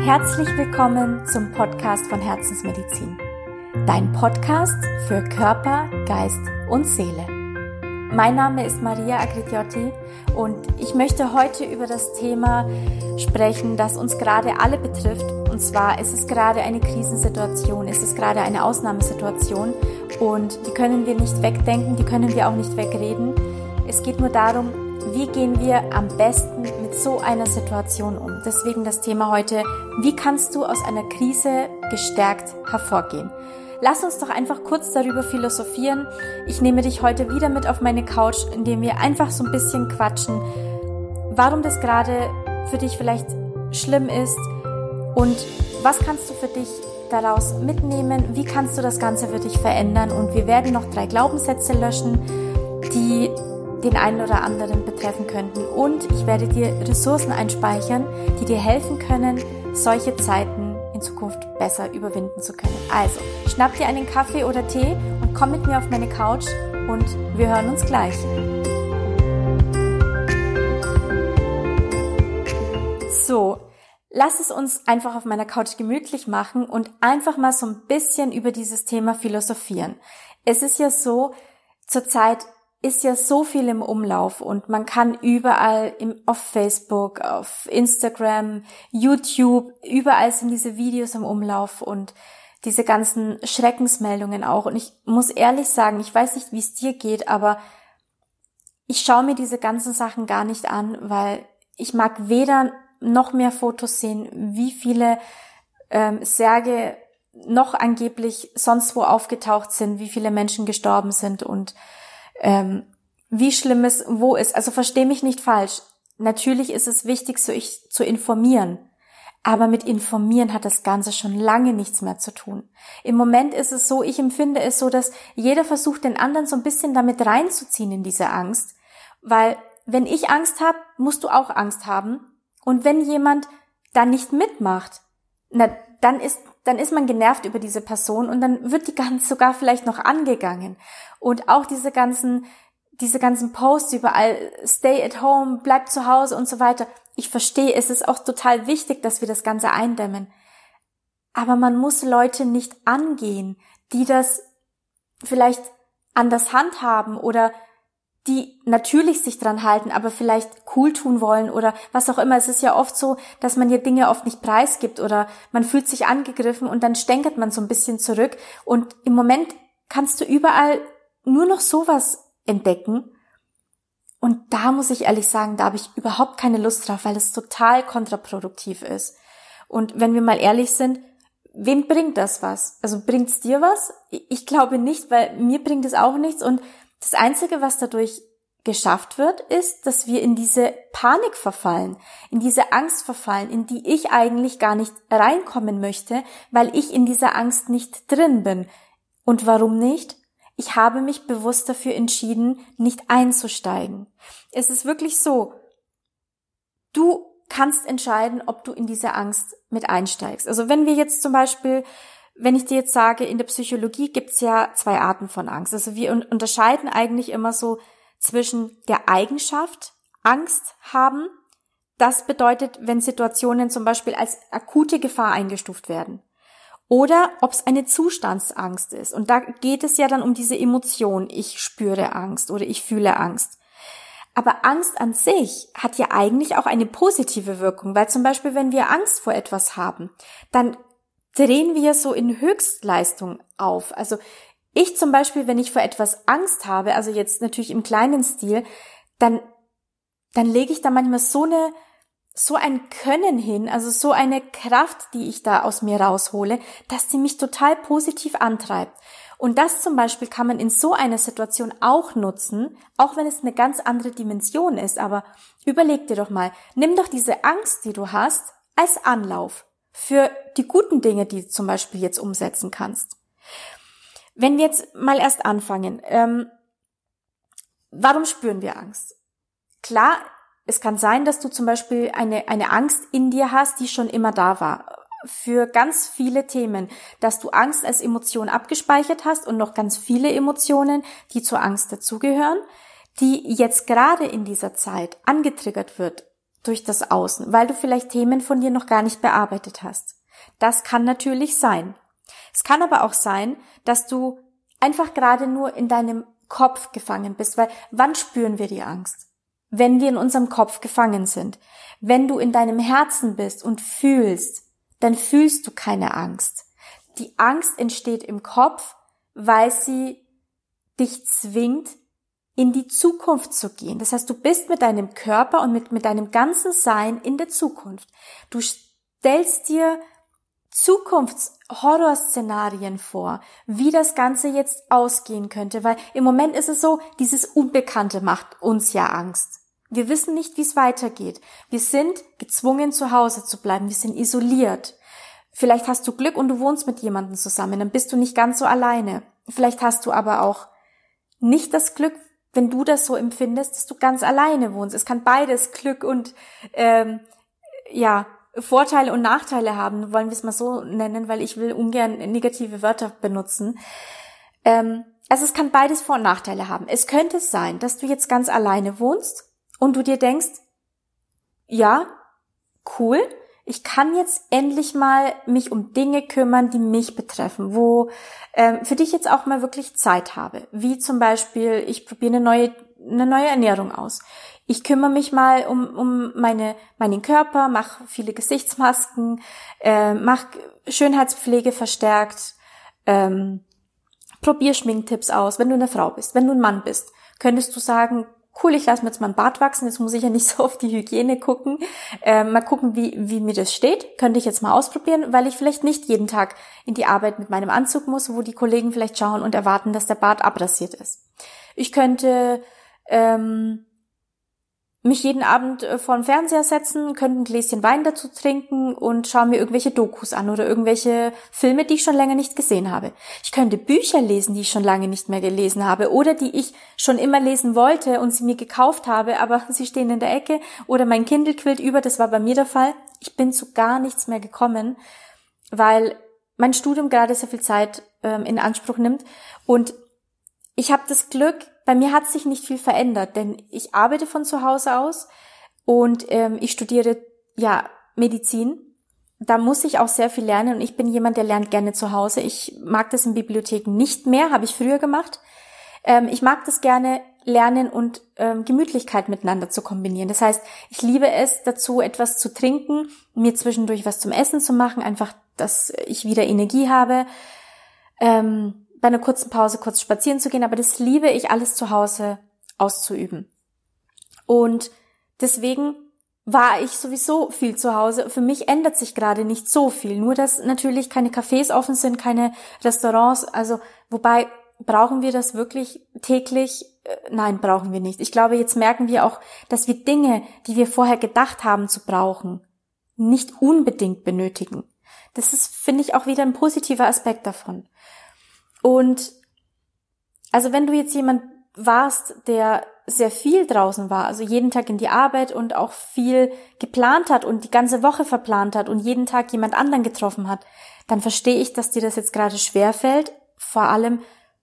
Herzlich willkommen zum Podcast von Herzensmedizin. Dein Podcast für Körper, Geist und Seele. Mein Name ist Maria Agridiotti und ich möchte heute über das Thema sprechen, das uns gerade alle betrifft. Und zwar ist es gerade eine Krisensituation, ist es gerade eine Ausnahmesituation und die können wir nicht wegdenken, die können wir auch nicht wegreden. Es geht nur darum, wie gehen wir am besten mit so einer Situation um? Deswegen das Thema heute, wie kannst du aus einer Krise gestärkt hervorgehen? Lass uns doch einfach kurz darüber philosophieren. Ich nehme dich heute wieder mit auf meine Couch, indem wir einfach so ein bisschen quatschen, warum das gerade für dich vielleicht schlimm ist und was kannst du für dich daraus mitnehmen, wie kannst du das Ganze für dich verändern. Und wir werden noch 3 Glaubenssätze löschen, die den einen oder anderen betreffen könnten. Und ich werde dir Ressourcen einspeichern, die dir helfen können, solche Zeiten in Zukunft besser überwinden zu können. Also, schnapp dir einen Kaffee oder Tee und komm mit mir auf meine Couch und wir hören uns gleich. So, lass es uns einfach auf meiner Couch gemütlich machen und einfach mal so ein bisschen über dieses Thema philosophieren. Es ist ja so, zurzeit ist ja so viel im Umlauf und man kann überall auf Facebook, auf Instagram, YouTube, überall sind diese Videos im Umlauf und diese ganzen Schreckensmeldungen auch. Und ich muss ehrlich sagen, ich weiß nicht, wie es dir geht, aber ich schaue mir diese ganzen Sachen gar nicht an, weil ich mag weder noch mehr Fotos sehen, wie viele Särge noch angeblich sonst wo aufgetaucht sind, wie viele Menschen gestorben sind und wie schlimm es wo ist. Also versteh mich nicht falsch. Natürlich ist es wichtig, zu informieren. Aber mit informieren hat das Ganze schon lange nichts mehr zu tun. Im Moment ist es so, ich empfinde es so, dass jeder versucht, den anderen so ein bisschen damit reinzuziehen in diese Angst. Weil wenn ich Angst habe, musst du auch Angst haben. Und wenn jemand da nicht mitmacht, dann ist man genervt über diese Person und dann wird die ganz sogar vielleicht noch angegangen. Und auch diese ganzen Posts überall, stay at home, bleib zu Hause und so weiter. Ich verstehe, es ist auch total wichtig, dass wir das Ganze eindämmen. Aber man muss Leute nicht angehen, die das vielleicht anders handhaben oder die natürlich sich dran halten, aber vielleicht cool tun wollen oder was auch immer. Es ist ja oft so, dass man ja Dinge oft nicht preisgibt oder man fühlt sich angegriffen und dann stänkert man so ein bisschen zurück. Und im Moment kannst du überall nur noch sowas entdecken. Und da muss ich ehrlich sagen, da habe ich überhaupt keine Lust drauf, weil es total kontraproduktiv ist. Und wenn wir mal ehrlich sind, wem bringt das was? Also bringt es dir was? Ich glaube nicht, weil mir bringt es auch nichts. Und das Einzige, was dadurch geschafft wird, ist, dass wir in diese Panik verfallen, in diese Angst verfallen, in die ich eigentlich gar nicht reinkommen möchte, weil ich in dieser Angst nicht drin bin. Und warum nicht? Ich habe mich bewusst dafür entschieden, nicht einzusteigen. Es ist wirklich so, du kannst entscheiden, ob du in diese Angst mit einsteigst. Also wenn wir jetzt zum Beispiel, wenn ich dir jetzt sage, in der Psychologie gibt's ja 2 Arten von Angst. Also wir unterscheiden eigentlich immer so zwischen der Eigenschaft, Angst haben. Das bedeutet, wenn Situationen zum Beispiel als akute Gefahr eingestuft werden. Oder ob es eine Zustandsangst ist. Und da geht es ja dann um diese Emotion, ich spüre Angst oder ich fühle Angst. Aber Angst an sich hat ja eigentlich auch eine positive Wirkung, weil zum Beispiel, wenn wir Angst vor etwas haben, dann drehen wir so in Höchstleistung auf. Also ich zum Beispiel, wenn ich vor etwas Angst habe, also jetzt natürlich im kleinen Stil, dann lege ich da manchmal so ein Können hin, also so eine Kraft, die ich da aus mir raushole, dass die mich total positiv antreibt. Und das zum Beispiel kann man in so einer Situation auch nutzen, auch wenn es eine ganz andere Dimension ist. Aber überleg dir doch mal, nimm doch diese Angst, die du hast, als Anlauf für die guten Dinge, die du zum Beispiel jetzt umsetzen kannst. Wenn wir jetzt mal erst anfangen, warum spüren wir Angst? Klar, es kann sein, dass du zum Beispiel eine Angst in dir hast, die schon immer da war. Für ganz viele Themen, dass du Angst als Emotion abgespeichert hast und noch ganz viele Emotionen, die zur Angst dazugehören, die jetzt gerade in dieser Zeit angetriggert wird durch das Außen, weil du vielleicht Themen von dir noch gar nicht bearbeitet hast. Das kann natürlich sein. Es kann aber auch sein, dass du einfach gerade nur in deinem Kopf gefangen bist, weil wann spüren wir die Angst? Wenn wir in unserem Kopf gefangen sind. Wenn du in deinem Herzen bist und fühlst, dann fühlst du keine Angst. Die Angst entsteht im Kopf, weil sie dich zwingt, in die Zukunft zu gehen. Das heißt, du bist mit deinem Körper und mit deinem ganzen Sein in der Zukunft. Du stellst dir Zukunftshorrorszenarien vor, wie das Ganze jetzt ausgehen könnte, weil im Moment ist es so, dieses Unbekannte macht uns ja Angst. Wir wissen nicht, wie es weitergeht. Wir sind gezwungen, zu Hause zu bleiben. Wir sind isoliert. Vielleicht hast du Glück und du wohnst mit jemandem zusammen, dann bist du nicht ganz so alleine. Vielleicht hast du aber auch nicht das Glück, wenn du das so empfindest, dass du ganz alleine wohnst. Es kann beides Glück und Vorteile und Nachteile haben, wollen wir es mal so nennen, weil ich will ungern negative Wörter benutzen. Also es kann beides Vor- und Nachteile haben. Es könnte sein, dass du jetzt ganz alleine wohnst und du dir denkst, ja, cool, ich kann jetzt endlich mal mich um Dinge kümmern, die mich betreffen, wo für dich jetzt auch mal wirklich Zeit habe. Wie zum Beispiel, ich probiere eine neue Ernährung aus. Ich kümmere mich mal um meinen Körper, mache viele Gesichtsmasken, mache Schönheitspflege verstärkt, probier Schminktipps aus. Wenn du eine Frau bist, wenn du ein Mann bist, könntest du sagen, cool, ich lasse mir jetzt mal einen Bart wachsen, jetzt muss ich ja nicht so auf die Hygiene gucken. Mal gucken, wie mir das steht. Könnte ich jetzt mal ausprobieren, weil ich vielleicht nicht jeden Tag in die Arbeit mit meinem Anzug muss, wo die Kollegen vielleicht schauen und erwarten, dass der Bart abrasiert ist. Ich könnte mich jeden Abend vor den Fernseher setzen, könnte ein Gläschen Wein dazu trinken und schaue mir irgendwelche Dokus an oder irgendwelche Filme, die ich schon länger nicht gesehen habe. Ich könnte Bücher lesen, die ich schon lange nicht mehr gelesen habe oder die ich schon immer lesen wollte und sie mir gekauft habe, aber sie stehen in der Ecke oder mein Kindle quillt über, das war bei mir der Fall. Ich bin zu gar nichts mehr gekommen, weil mein Studium gerade sehr viel Zeit in Anspruch nimmt und ich habe das Glück, bei mir hat sich nicht viel verändert, denn ich arbeite von zu Hause aus und ich studiere Medizin. Da muss ich auch sehr viel lernen und ich bin jemand, der lernt gerne zu Hause. Ich mag das in Bibliotheken nicht mehr, habe ich früher gemacht. Ich mag das gerne lernen und Gemütlichkeit miteinander zu kombinieren. Das heißt, ich liebe es dazu, etwas zu trinken, mir zwischendurch was zum Essen zu machen, einfach, dass ich wieder Energie habe. Bei einer kurzen Pause kurz spazieren zu gehen, aber das liebe ich, alles zu Hause auszuüben. Und deswegen war ich sowieso viel zu Hause. Für mich ändert sich gerade nicht so viel, nur dass natürlich keine Cafés offen sind, keine Restaurants, also wobei, brauchen wir das wirklich täglich? Nein, brauchen wir nicht. Ich glaube, jetzt merken wir auch, dass wir Dinge, die wir vorher gedacht haben zu brauchen, nicht unbedingt benötigen. Das ist, finde ich, auch wieder ein positiver Aspekt davon. Und also wenn du jetzt jemand warst, der sehr viel draußen war, also jeden Tag in die Arbeit und auch viel geplant hat und die ganze Woche verplant hat und jeden Tag jemand anderen getroffen hat, dann verstehe ich, dass dir das jetzt gerade schwerfällt, vor allem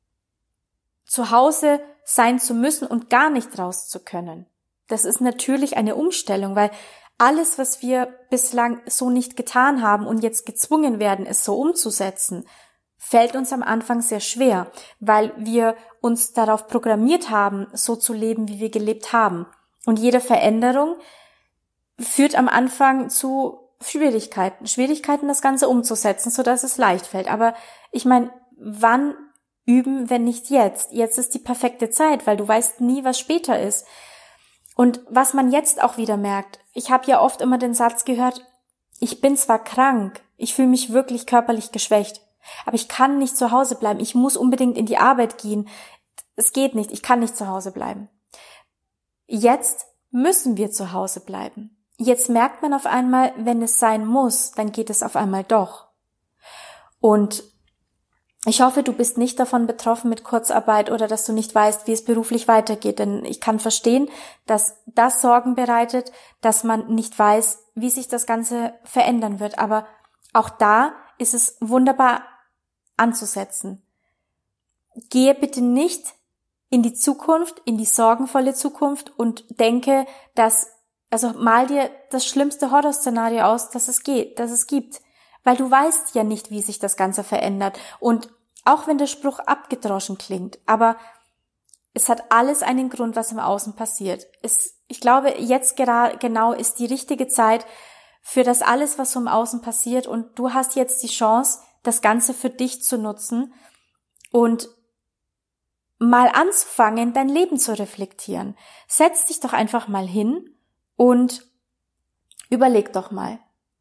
zu Hause sein zu müssen und gar nicht raus zu können. Das ist natürlich eine Umstellung, weil alles, was wir bislang so nicht getan haben und jetzt gezwungen werden, es so umzusetzen, fällt uns am Anfang sehr schwer, weil wir uns darauf programmiert haben, so zu leben, wie wir gelebt haben. Und jede Veränderung führt am Anfang zu Schwierigkeiten, das Ganze umzusetzen, sodass es leicht fällt. Aber ich meine, wann üben, wenn nicht jetzt? Jetzt ist die perfekte Zeit, weil du weißt nie, was später ist. Und was man jetzt auch wieder merkt, ich habe ja oft immer den Satz gehört, ich bin zwar krank, ich fühle mich wirklich körperlich geschwächt, aber ich kann nicht zu Hause bleiben. Ich muss unbedingt in die Arbeit gehen. Es geht nicht. Ich kann nicht zu Hause bleiben. Jetzt müssen wir zu Hause bleiben. Jetzt merkt man auf einmal, wenn es sein muss, dann geht es auf einmal doch. Und ich hoffe, du bist nicht davon betroffen mit Kurzarbeit oder dass du nicht weißt, wie es beruflich weitergeht. Denn ich kann verstehen, dass das Sorgen bereitet, dass man nicht weiß, wie sich das Ganze verändern wird. Aber auch da ist es wunderbar anzusetzen. Gehe bitte nicht in die Zukunft, in die sorgenvolle Zukunft und denke, dass Also mal dir das schlimmste Horrorszenario aus, das es gibt. Weil du weißt ja nicht, wie sich das Ganze verändert. Und auch wenn der Spruch abgedroschen klingt, aber es hat alles einen Grund, was im Außen passiert. Ich glaube, jetzt genau ist die richtige Zeit für das alles, was so im Außen passiert, und du hast jetzt die Chance, das Ganze für dich zu nutzen und mal anzufangen, dein Leben zu reflektieren. Setz dich doch einfach mal hin und überleg doch mal,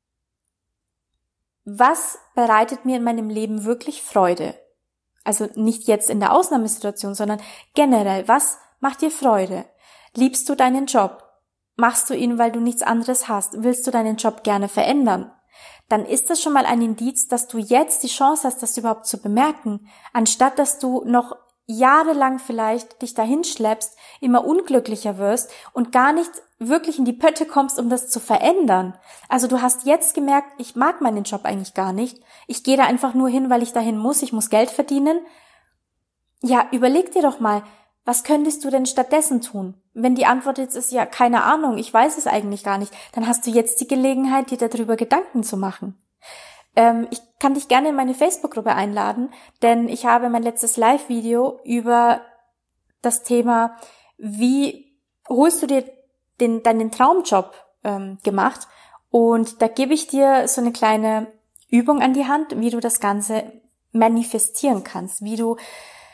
was bereitet mir in meinem Leben wirklich Freude? Also nicht jetzt in der Ausnahmesituation, sondern generell, was macht dir Freude? Liebst du deinen Job? Machst du ihn, weil du nichts anderes hast? Willst du deinen Job gerne verändern? Dann ist das schon mal ein Indiz, dass du jetzt die Chance hast, das überhaupt zu bemerken, anstatt dass du noch jahrelang vielleicht dich dahin schleppst, immer unglücklicher wirst und gar nicht wirklich in die Pötte kommst, um das zu verändern. Also du hast jetzt gemerkt, ich mag meinen Job eigentlich gar nicht. Ich gehe da einfach nur hin, weil ich dahin muss. Ich muss Geld verdienen. Ja, überleg dir doch mal, was könntest du denn stattdessen tun? Wenn die Antwort jetzt ist, ja, keine Ahnung, ich weiß es eigentlich gar nicht, dann hast du jetzt die Gelegenheit, dir darüber Gedanken zu machen. Ich kann dich gerne in meine Facebook-Gruppe einladen, denn ich habe mein letztes Live-Video über das Thema, wie holst du dir deinen Traumjob gemacht, und da gebe ich dir so eine kleine Übung an die Hand, wie du das Ganze manifestieren kannst, wie du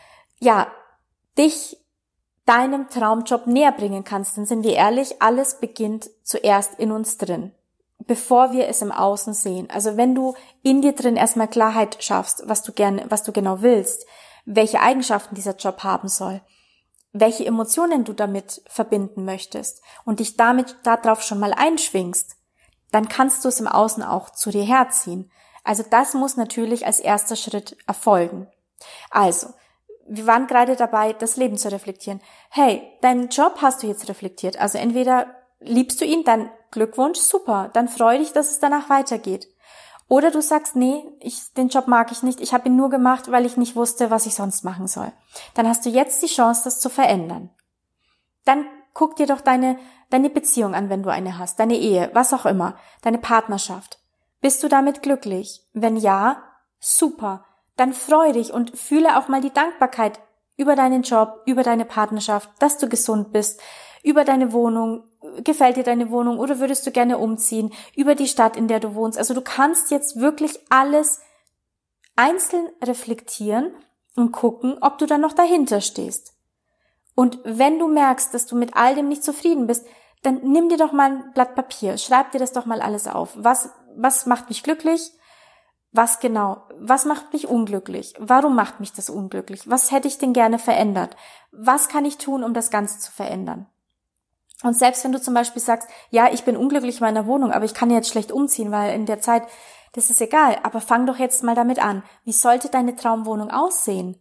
dich deinem Traumjob näher bringen kannst. Denn sind wir ehrlich, alles beginnt zuerst in uns drin, bevor wir es im Außen sehen. Also wenn du in dir drin erstmal Klarheit schaffst, was du genau willst, welche Eigenschaften dieser Job haben soll, welche Emotionen du damit verbinden möchtest und dich darauf schon mal einschwingst, dann kannst du es im Außen auch zu dir herziehen. Also das muss natürlich als erster Schritt erfolgen. Also, wir waren gerade dabei, das Leben zu reflektieren. Hey, deinen Job hast du jetzt reflektiert. Also entweder liebst du ihn, dann Glückwunsch, super, dann freu dich, dass es danach weitergeht. Oder du sagst, nee, den Job mag ich nicht, ich habe ihn nur gemacht, weil ich nicht wusste, was ich sonst machen soll. Dann hast du jetzt die Chance, das zu verändern. Dann guck dir doch deine Beziehung an, wenn du eine hast, deine Ehe, was auch immer, deine Partnerschaft. Bist du damit glücklich? Wenn ja, super. Dann freu dich und fühle auch mal die Dankbarkeit über deinen Job, über deine Partnerschaft, dass du gesund bist, über deine Wohnung, gefällt dir deine Wohnung oder würdest du gerne umziehen, über die Stadt, in der du wohnst. Also du kannst jetzt wirklich alles einzeln reflektieren und gucken, ob du dann noch dahinter stehst. Und wenn du merkst, dass du mit all dem nicht zufrieden bist, dann nimm dir doch mal ein Blatt Papier, schreib dir das doch mal alles auf. Was macht mich glücklich? Was macht mich unglücklich? Warum macht mich das unglücklich? Was hätte ich denn gerne verändert? Was kann ich tun, um das Ganze zu verändern? Und selbst wenn du zum Beispiel sagst, ja, ich bin unglücklich in meiner Wohnung, aber ich kann jetzt schlecht umziehen, weil in der Zeit, das ist egal, aber fang doch jetzt mal damit an. Wie sollte deine Traumwohnung aussehen?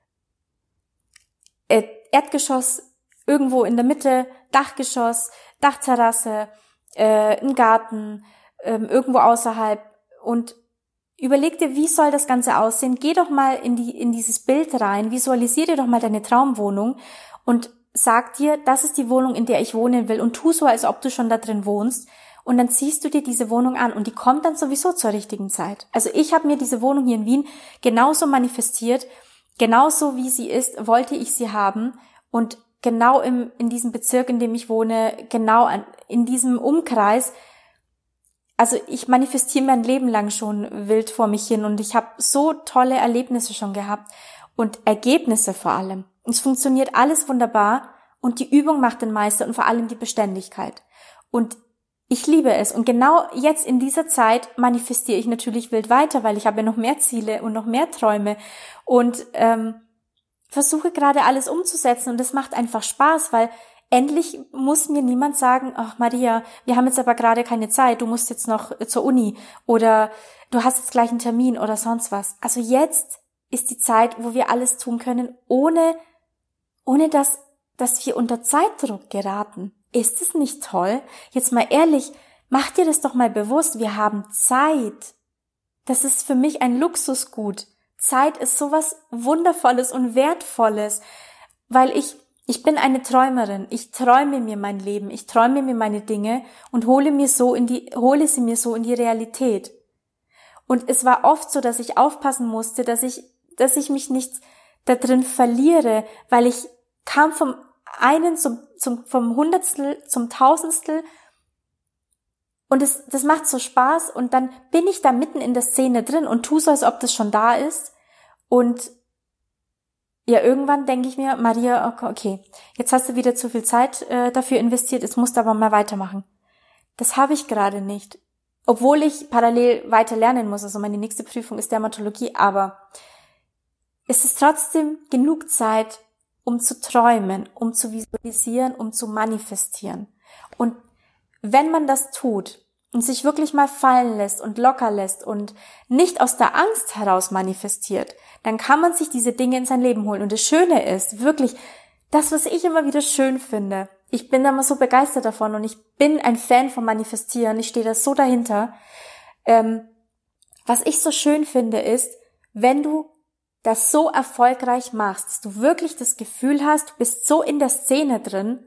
Erdgeschoss irgendwo in der Mitte, Dachgeschoss, Dachterrasse, ein Garten, irgendwo außerhalb, und überleg dir, wie soll das Ganze aussehen? Geh doch mal in dieses Bild rein, visualisiere doch mal deine Traumwohnung und sag dir, das ist die Wohnung, in der ich wohnen will, und tu so, als ob du schon da drin wohnst, und dann ziehst du dir diese Wohnung an und die kommt dann sowieso zur richtigen Zeit. Also ich habe mir diese Wohnung hier in Wien genauso manifestiert, genauso wie sie ist, wollte ich sie haben, und genau in diesem Bezirk, in dem ich wohne, genau in diesem Umkreis. Also ich manifestiere mein Leben lang schon wild vor mich hin und ich habe so tolle Erlebnisse schon gehabt und Ergebnisse vor allem. Es funktioniert alles wunderbar und die Übung macht den Meister und vor allem die Beständigkeit. Und ich liebe es, und genau jetzt in dieser Zeit manifestiere ich natürlich wild weiter, weil ich habe ja noch mehr Ziele und noch mehr Träume und versuche gerade alles umzusetzen, und das macht einfach Spaß, weil endlich muss mir niemand sagen, ach Maria, wir haben jetzt aber gerade keine Zeit, du musst jetzt noch zur Uni oder du hast jetzt gleich einen Termin oder sonst was. Also jetzt ist die Zeit, wo wir alles tun können, ohne dass wir unter Zeitdruck geraten. Ist es nicht toll? Jetzt mal ehrlich, mach dir das doch mal bewusst, wir haben Zeit. Das ist für mich ein Luxusgut. Zeit ist sowas Wundervolles und Wertvolles, weil ich Ich bin eine Träumerin. Ich träume mir mein Leben. Ich träume mir meine Dinge und hole sie mir so in die Realität. Und es war oft so, dass ich aufpassen musste, dass ich mich nicht da drin verliere, weil ich kam vom Hundertstel zum Tausendstel und das macht so Spaß und dann bin ich da mitten in der Szene drin und tu so, als ob das schon da ist und ja, irgendwann denke ich mir, Maria, okay, jetzt hast du wieder zu viel Zeit dafür investiert, jetzt musst du aber mal weitermachen. Das habe ich gerade nicht. Obwohl ich parallel weiter lernen muss, also meine nächste Prüfung ist Dermatologie, aber es ist trotzdem genug Zeit, um zu träumen, um zu visualisieren, um zu manifestieren. Und wenn man das tut und sich wirklich mal fallen lässt und locker lässt und nicht aus der Angst heraus manifestiert, dann kann man sich diese Dinge in sein Leben holen. Und das Schöne ist wirklich, das, was ich immer wieder schön finde, ich bin da immer so begeistert davon und ich bin ein Fan vom Manifestieren, ich stehe da so dahinter. Was ich so schön finde ist, wenn du das so erfolgreich machst, dass du wirklich das Gefühl hast, du bist so in der Szene drin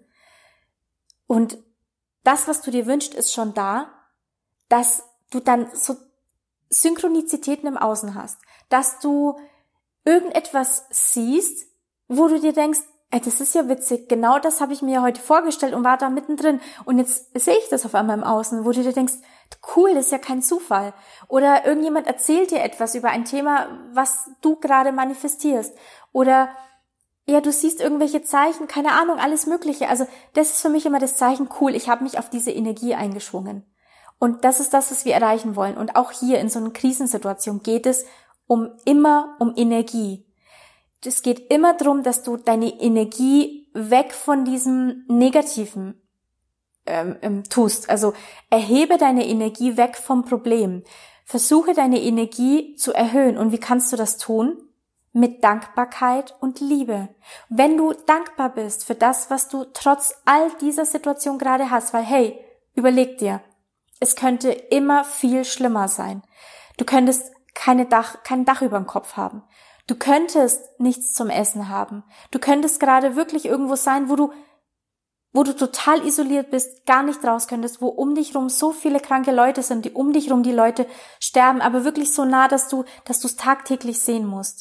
und das, was du dir wünschst, ist schon da, dass du dann so Synchronizitäten im Außen hast, dass du irgendetwas siehst, wo du dir denkst, ey, das ist ja witzig, genau das habe ich mir heute vorgestellt und war da mittendrin und jetzt sehe ich das auf einmal im Außen, wo du dir denkst, cool, das ist ja kein Zufall. Oder irgendjemand erzählt dir etwas über ein Thema, was du gerade manifestierst. Oder ja, du siehst irgendwelche Zeichen, keine Ahnung, alles Mögliche. Also das ist für mich immer das Zeichen, cool, ich habe mich auf diese Energie eingeschwungen. Und das ist das, was wir erreichen wollen. Und auch hier in so einer Krisensituation geht es immer um Energie. Es geht immer darum, dass du deine Energie weg von diesem Negativen tust. Also erhebe deine Energie weg vom Problem. Versuche deine Energie zu erhöhen. Und wie kannst du das tun? Mit Dankbarkeit und Liebe. Wenn du dankbar bist für das, was du trotz all dieser Situation gerade hast, weil hey, überleg dir, es könnte immer viel schlimmer sein. Du könntest kein Dach über dem Kopf haben. Du könntest nichts zum Essen haben. Du könntest gerade wirklich irgendwo sein, wo du total isoliert bist, gar nicht raus könntest, wo um dich rum so viele kranke Leute sind, die um dich rum die Leute sterben, aber wirklich so nah, dass du es tagtäglich sehen musst.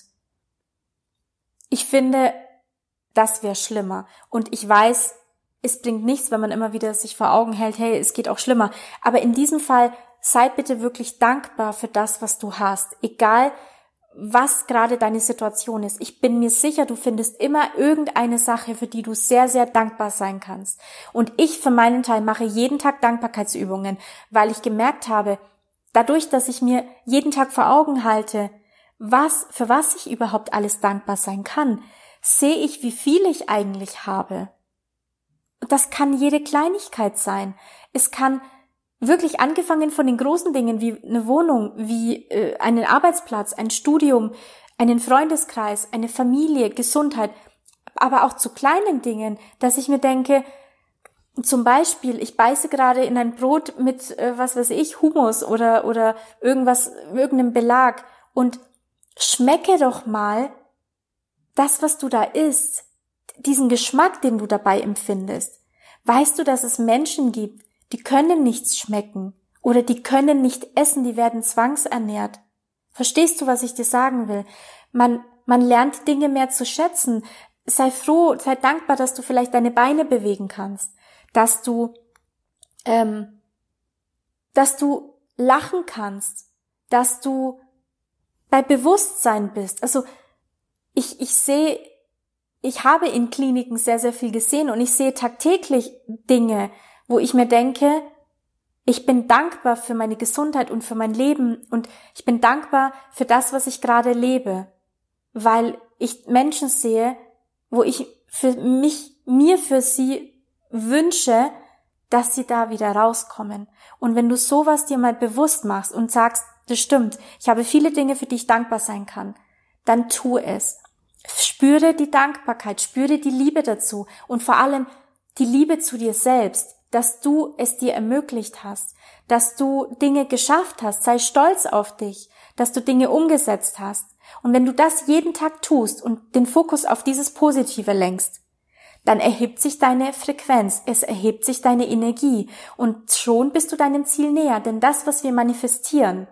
Ich finde, das wäre schlimmer. Und ich weiß, es bringt nichts, wenn man immer wieder sich vor Augen hält, hey, es geht auch schlimmer. Aber in diesem Fall, sei bitte wirklich dankbar für das, was du hast. Egal, was gerade deine Situation ist. Ich bin mir sicher, du findest immer irgendeine Sache, für die du sehr, sehr dankbar sein kannst. Und ich für meinen Teil mache jeden Tag Dankbarkeitsübungen, weil ich gemerkt habe, dadurch, dass ich mir jeden Tag vor Augen halte, für was ich überhaupt alles dankbar sein kann, sehe ich, wie viel ich eigentlich habe. Und das kann jede Kleinigkeit sein. Es kann wirklich angefangen von den großen Dingen wie eine Wohnung, wie einen Arbeitsplatz, ein Studium, einen Freundeskreis, eine Familie, Gesundheit, aber auch zu kleinen Dingen, dass ich mir denke, zum Beispiel, ich beiße gerade in ein Brot mit, Hummus oder irgendeinem Belag und schmecke doch mal das, was du da isst, diesen Geschmack, den du dabei empfindest. Weißt du, dass es Menschen gibt, die können nichts schmecken oder die können nicht essen, die werden zwangsernährt. Verstehst du, was ich dir sagen will? Man lernt Dinge mehr zu schätzen. Sei froh, sei dankbar, dass du vielleicht deine Beine bewegen kannst, dass du lachen kannst, dass du bei Bewusstsein bist. Also ich habe in Kliniken sehr, sehr viel gesehen und ich sehe tagtäglich Dinge, wo ich mir denke, ich bin dankbar für meine Gesundheit und für mein Leben und ich bin dankbar für das, was ich gerade lebe, weil ich Menschen sehe, wo ich mir für sie wünsche, dass sie da wieder rauskommen. Und wenn du sowas dir mal bewusst machst und sagst, das stimmt, ich habe viele Dinge, für die ich dankbar sein kann, dann tu es. Spüre die Dankbarkeit, spüre die Liebe dazu und vor allem die Liebe zu dir selbst, dass du es dir ermöglicht hast, dass du Dinge geschafft hast, sei stolz auf dich, dass du Dinge umgesetzt hast. Und wenn du das jeden Tag tust und den Fokus auf dieses Positive lenkst, dann erhebt sich deine Frequenz, es erhebt sich deine Energie und schon bist du deinem Ziel näher. Denn das, was wir manifestieren,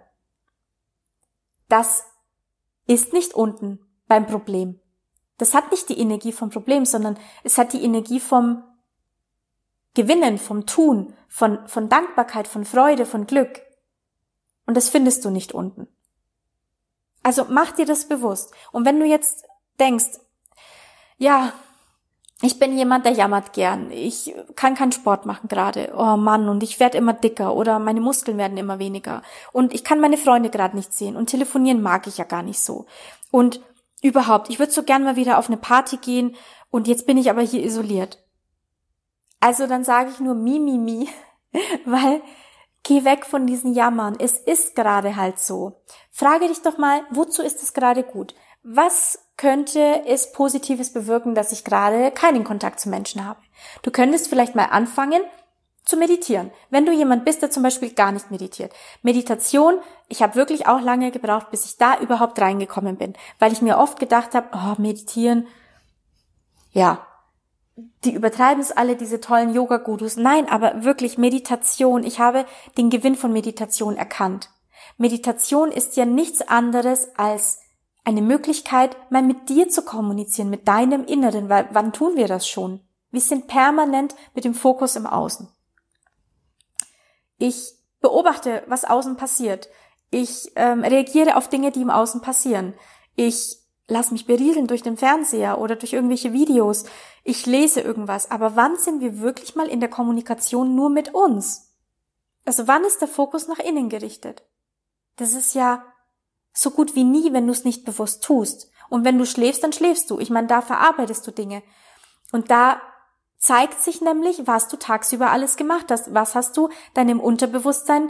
das ist nicht unten beim Problem. Das hat nicht die Energie vom Problem, sondern es hat die Energie vom Gewinnen, vom Tun, von Dankbarkeit, von Freude, von Glück. Und das findest du nicht unten. Also mach dir das bewusst. Und wenn du jetzt denkst, ja, ich bin jemand, der jammert gern, ich kann keinen Sport machen gerade, oh Mann, und ich werde immer dicker oder meine Muskeln werden immer weniger und ich kann meine Freunde gerade nicht sehen und telefonieren mag ich ja gar nicht so. Und überhaupt, ich würde so gern mal wieder auf eine Party gehen und jetzt bin ich aber hier isoliert. Also dann sage ich nur mi, weil geh weg von diesen Jammern. Es ist gerade halt so. Frage dich doch mal, wozu ist es gerade gut? Was könnte es Positives bewirken, dass ich gerade keinen Kontakt zu Menschen habe? Du könntest vielleicht mal anfangen zu meditieren. Wenn du jemand bist, der zum Beispiel gar nicht meditiert. Meditation, ich habe wirklich auch lange gebraucht, bis ich da überhaupt reingekommen bin, weil ich mir oft gedacht habe, oh, meditieren, ja, die übertreiben es alle, diese tollen Yoga-Gurus. Nein, aber wirklich Meditation. Ich habe den Gewinn von Meditation erkannt. Meditation ist ja nichts anderes als eine Möglichkeit, mal mit dir zu kommunizieren, mit deinem Inneren, weil wann tun wir das schon? Wir sind permanent mit dem Fokus im Außen. Ich beobachte, was außen passiert. Ich reagiere auf Dinge, die im Außen passieren. Ich lass mich berieseln durch den Fernseher oder durch irgendwelche Videos. Ich lese irgendwas. Aber wann sind wir wirklich mal in der Kommunikation nur mit uns? Also wann ist der Fokus nach innen gerichtet? Das ist ja so gut wie nie, wenn du es nicht bewusst tust. Und wenn du schläfst, dann schläfst du. Ich meine, da verarbeitest du Dinge. Und da zeigt sich nämlich, was du tagsüber alles gemacht hast. Was hast du deinem Unterbewusstsein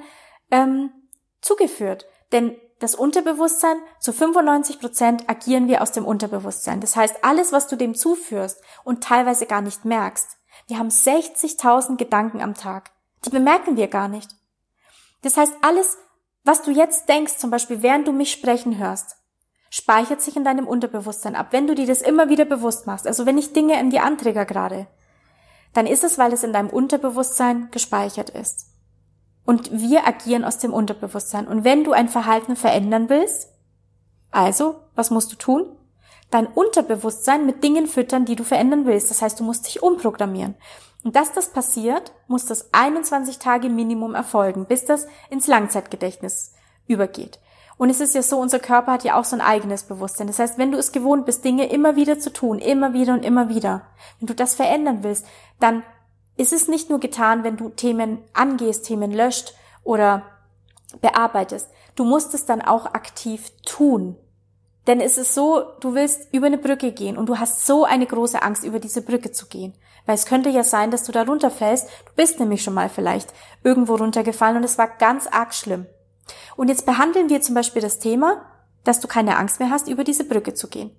zugeführt? Denn das Unterbewusstsein, zu 95% agieren wir aus dem Unterbewusstsein. Das heißt, alles, was du dem zuführst und teilweise gar nicht merkst. Wir haben 60.000 Gedanken am Tag. Die bemerken wir gar nicht. Das heißt, alles, was du jetzt denkst, zum Beispiel während du mich sprechen hörst, speichert sich in deinem Unterbewusstsein ab. Wenn du dir das immer wieder bewusst machst, also wenn ich Dinge in dir anträger gerade, dann ist es, weil es in deinem Unterbewusstsein gespeichert ist. Und wir agieren aus dem Unterbewusstsein. Und wenn du ein Verhalten verändern willst, also, was musst du tun? Dein Unterbewusstsein mit Dingen füttern, die du verändern willst. Das heißt, du musst dich umprogrammieren. Und dass das passiert, muss das 21 Tage Minimum erfolgen, bis das ins Langzeitgedächtnis übergeht. Und es ist ja so, unser Körper hat ja auch so ein eigenes Bewusstsein. Das heißt, wenn du es gewohnt bist, Dinge immer wieder zu tun, immer wieder und immer wieder, wenn du das verändern willst, dann ist es nicht nur getan, wenn du Themen angehst, Themen löscht oder bearbeitest. Du musst es dann auch aktiv tun. Denn es ist so, du willst über eine Brücke gehen und du hast so eine große Angst, über diese Brücke zu gehen. Weil es könnte ja sein, dass du da runterfällst. Du bist nämlich schon mal vielleicht irgendwo runtergefallen und es war ganz arg schlimm. Und jetzt behandeln wir zum Beispiel das Thema, dass du keine Angst mehr hast, über diese Brücke zu gehen.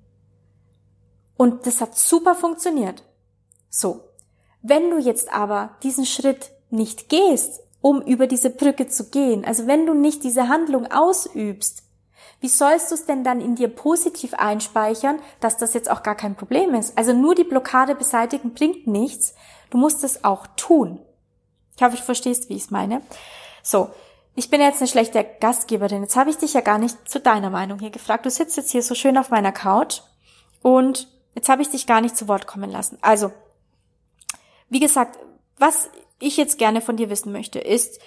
Und das hat super funktioniert. So. Wenn du jetzt aber diesen Schritt nicht gehst, um über diese Brücke zu gehen, also wenn du nicht diese Handlung ausübst, wie sollst du es denn dann in dir positiv einspeichern, dass das jetzt auch gar kein Problem ist? Also nur die Blockade beseitigen bringt nichts, du musst es auch tun. Ich hoffe, du verstehst, wie ich es meine. So, ich bin jetzt eine schlechte Gastgeberin, jetzt habe ich dich ja gar nicht zu deiner Meinung hier gefragt. Du sitzt jetzt hier so schön auf meiner Couch und jetzt habe ich dich gar nicht zu Wort kommen lassen. Also, wie gesagt, was ich jetzt gerne von dir wissen möchte, ist,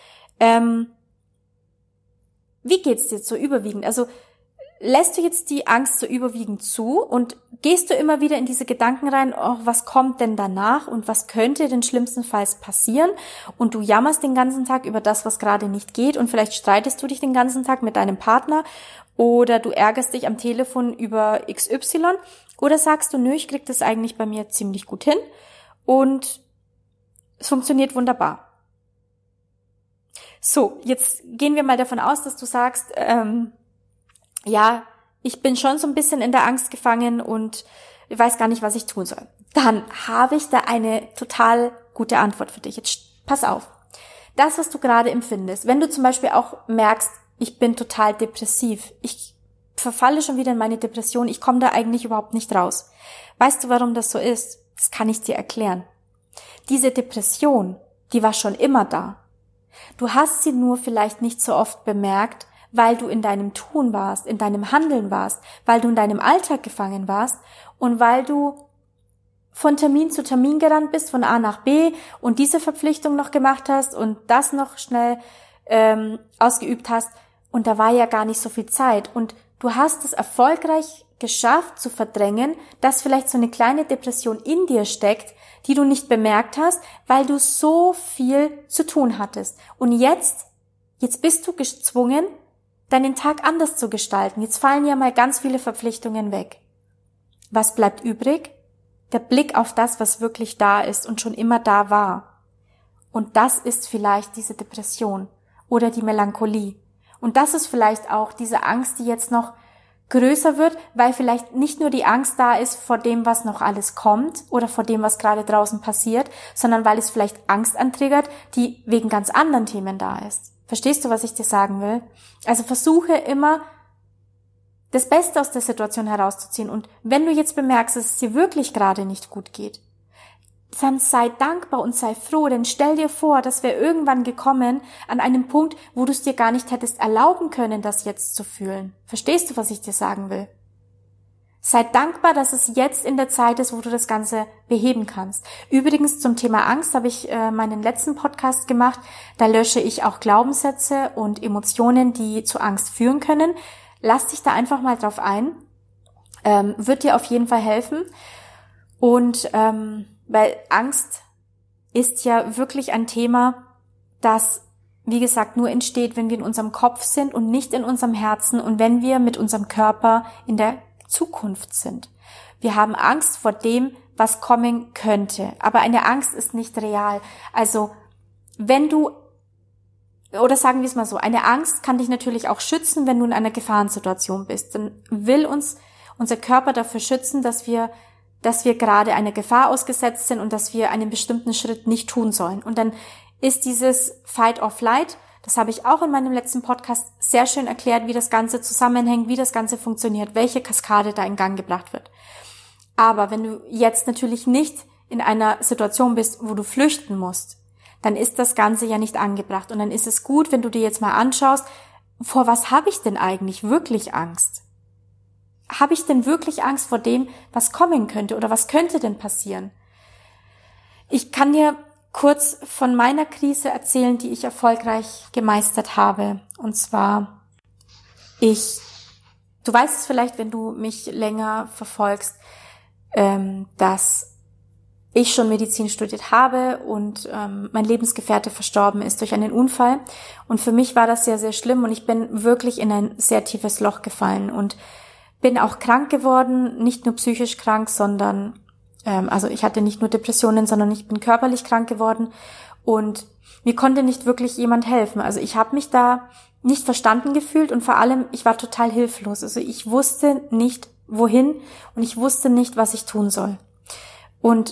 wie geht's dir so überwiegend? Also lässt du jetzt die Angst so überwiegend zu und gehst du immer wieder in diese Gedanken rein, oh, was kommt denn danach und was könnte denn schlimmstenfalls passieren? Und du jammerst den ganzen Tag über das, was gerade nicht geht und vielleicht streitest du dich den ganzen Tag mit deinem Partner oder du ärgerst dich am Telefon über XY oder sagst du, nö, ich krieg das eigentlich bei mir ziemlich gut hin und es funktioniert wunderbar. So, jetzt gehen wir mal davon aus, dass du sagst, ja, ich bin schon so ein bisschen in der Angst gefangen und ich weiß gar nicht, was ich tun soll. Dann habe ich da eine total gute Antwort für dich. Jetzt pass auf. Das, was du gerade empfindest, wenn du zum Beispiel auch merkst, ich bin total depressiv, ich verfalle schon wieder in meine Depression, ich komme da eigentlich überhaupt nicht raus. Weißt du, warum das so ist? Das kann ich dir erklären. Diese Depression, die war schon immer da. Du hast sie nur vielleicht nicht so oft bemerkt, weil du in deinem Tun warst, in deinem Handeln warst, weil du in deinem Alltag gefangen warst und weil du von Termin zu Termin gerannt bist, von A nach B und diese Verpflichtung noch gemacht hast und das noch schnell ausgeübt hast und da war ja gar nicht so viel Zeit und du hast es erfolgreich geschafft zu verdrängen, dass vielleicht so eine kleine Depression in dir steckt, die du nicht bemerkt hast, weil du so viel zu tun hattest. Und jetzt bist du gezwungen, deinen Tag anders zu gestalten. Jetzt fallen ja mal ganz viele Verpflichtungen weg. Was bleibt übrig? Der Blick auf das, was wirklich da ist und schon immer da war. Und das ist vielleicht diese Depression oder die Melancholie. Und das ist vielleicht auch diese Angst, die jetzt noch größer wird, weil vielleicht nicht nur die Angst da ist vor dem, was noch alles kommt oder vor dem, was gerade draußen passiert, sondern weil es vielleicht Angst antriggert, die wegen ganz anderen Themen da ist. Verstehst du, was ich dir sagen will? Also versuche immer, das Beste aus der Situation herauszuziehen. Und wenn du jetzt bemerkst, dass es dir wirklich gerade nicht gut geht, dann sei dankbar und sei froh, denn stell dir vor, das wäre irgendwann gekommen an einem Punkt, wo du es dir gar nicht hättest erlauben können, das jetzt zu fühlen. Verstehst du, was ich dir sagen will? Sei dankbar, dass es jetzt in der Zeit ist, wo du das Ganze beheben kannst. Übrigens zum Thema Angst habe ich meinen letzten Podcast gemacht. Da lösche ich auch Glaubenssätze und Emotionen, die zu Angst führen können. Lass dich da einfach mal drauf ein. Wird dir auf jeden Fall helfen. Und weil Angst ist ja wirklich ein Thema, das, wie gesagt, nur entsteht, wenn wir in unserem Kopf sind und nicht in unserem Herzen und wenn wir mit unserem Körper in der Zukunft sind. Wir haben Angst vor dem, was kommen könnte. Aber eine Angst ist nicht real. Also, wenn du, oder sagen wir es mal so, eine Angst kann dich natürlich auch schützen, wenn du in einer Gefahrensituation bist. Dann will uns unser Körper dafür schützen, dass wir gerade einer Gefahr ausgesetzt sind und dass wir einen bestimmten Schritt nicht tun sollen. Und dann ist dieses Fight or Flight, das habe ich auch in meinem letzten Podcast sehr schön erklärt, wie das Ganze zusammenhängt, wie das Ganze funktioniert, welche Kaskade da in Gang gebracht wird. Aber wenn du jetzt natürlich nicht in einer Situation bist, wo du flüchten musst, dann ist das Ganze ja nicht angebracht. Und dann ist es gut, wenn du dir jetzt mal anschaust, vor was habe ich denn eigentlich wirklich Angst? Habe ich denn wirklich Angst vor dem, was kommen könnte oder was könnte denn passieren? Ich kann dir kurz von meiner Krise erzählen, die ich erfolgreich gemeistert habe. Und zwar, du weißt es vielleicht, wenn du mich länger verfolgst, dass ich schon Medizin studiert habe und mein Lebensgefährte verstorben ist durch einen Unfall. Und für mich war das sehr, sehr schlimm und ich bin wirklich in ein sehr tiefes Loch gefallen und bin auch krank geworden, nicht nur psychisch krank, sondern, also ich hatte nicht nur Depressionen, sondern ich bin körperlich krank geworden und mir konnte nicht wirklich jemand helfen. Also ich habe mich da nicht verstanden gefühlt und vor allem, ich war total hilflos. Also ich wusste nicht, wohin und ich wusste nicht, was ich tun soll. Und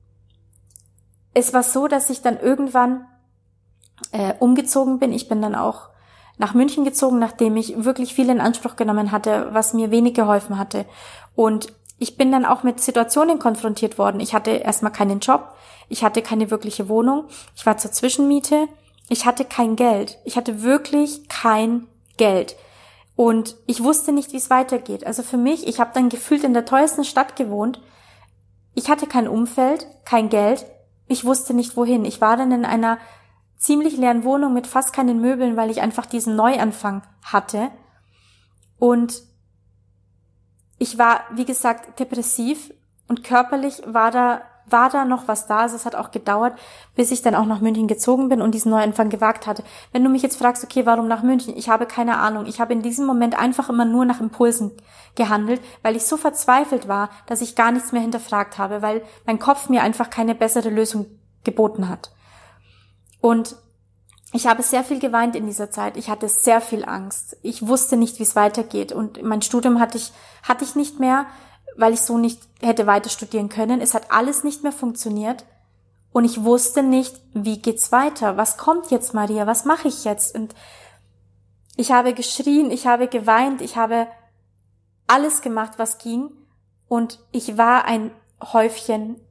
es war so, dass ich dann irgendwann umgezogen bin. Ich bin dann auch nach München gezogen, nachdem ich wirklich viel in Anspruch genommen hatte, was mir wenig geholfen hatte. Und ich bin dann auch mit Situationen konfrontiert worden. Ich hatte erstmal keinen Job, ich hatte keine wirkliche Wohnung, ich war zur Zwischenmiete, ich hatte kein Geld. Ich hatte wirklich kein Geld. Und ich wusste nicht, wie es weitergeht. Also für mich, ich habe dann gefühlt in der teuersten Stadt gewohnt. Ich hatte kein Umfeld, kein Geld. Ich wusste nicht, wohin. Ich war dann in einer ziemlich leeren Wohnung mit fast keinen Möbeln, weil ich einfach diesen Neuanfang hatte. Und ich war, wie gesagt, depressiv und körperlich war da noch was da. Also es hat auch gedauert, bis ich dann auch nach München gezogen bin und diesen Neuanfang gewagt hatte. Wenn du mich jetzt fragst, okay, warum nach München? Ich habe keine Ahnung. Ich habe in diesem Moment einfach immer nur nach Impulsen gehandelt, weil ich so verzweifelt war, dass ich gar nichts mehr hinterfragt habe, weil mein Kopf mir einfach keine bessere Lösung geboten hat. Und ich habe sehr viel geweint in dieser Zeit. Ich hatte sehr viel Angst. Ich wusste nicht, wie es weitergeht. Und mein Studium hatte ich nicht mehr, weil ich so nicht hätte weiter studieren können. Es hat alles nicht mehr funktioniert. Und ich wusste nicht, wie geht's weiter? Was kommt jetzt, Maria? Was mache ich jetzt? Und ich habe geschrien, ich habe geweint, ich habe alles gemacht, was ging. Und ich war ein Häufchen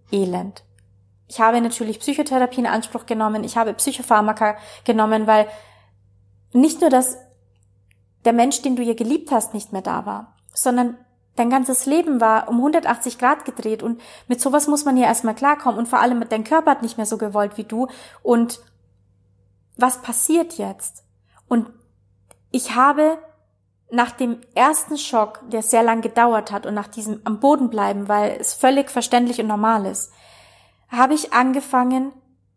elend. Ich habe natürlich Psychotherapie in Anspruch genommen, ich habe Psychopharmaka genommen, weil nicht nur, dass der Mensch, den du ja geliebt hast, nicht mehr da war, sondern dein ganzes Leben war um 180 Grad gedreht und mit sowas muss man ja erstmal klarkommen und vor allem dein Körper hat nicht mehr so gewollt wie du und was passiert jetzt? Und ich habe nach dem ersten Schock, der sehr lang gedauert hat und nach diesem am Boden bleiben, weil es völlig verständlich und normal ist, habe ich angefangen,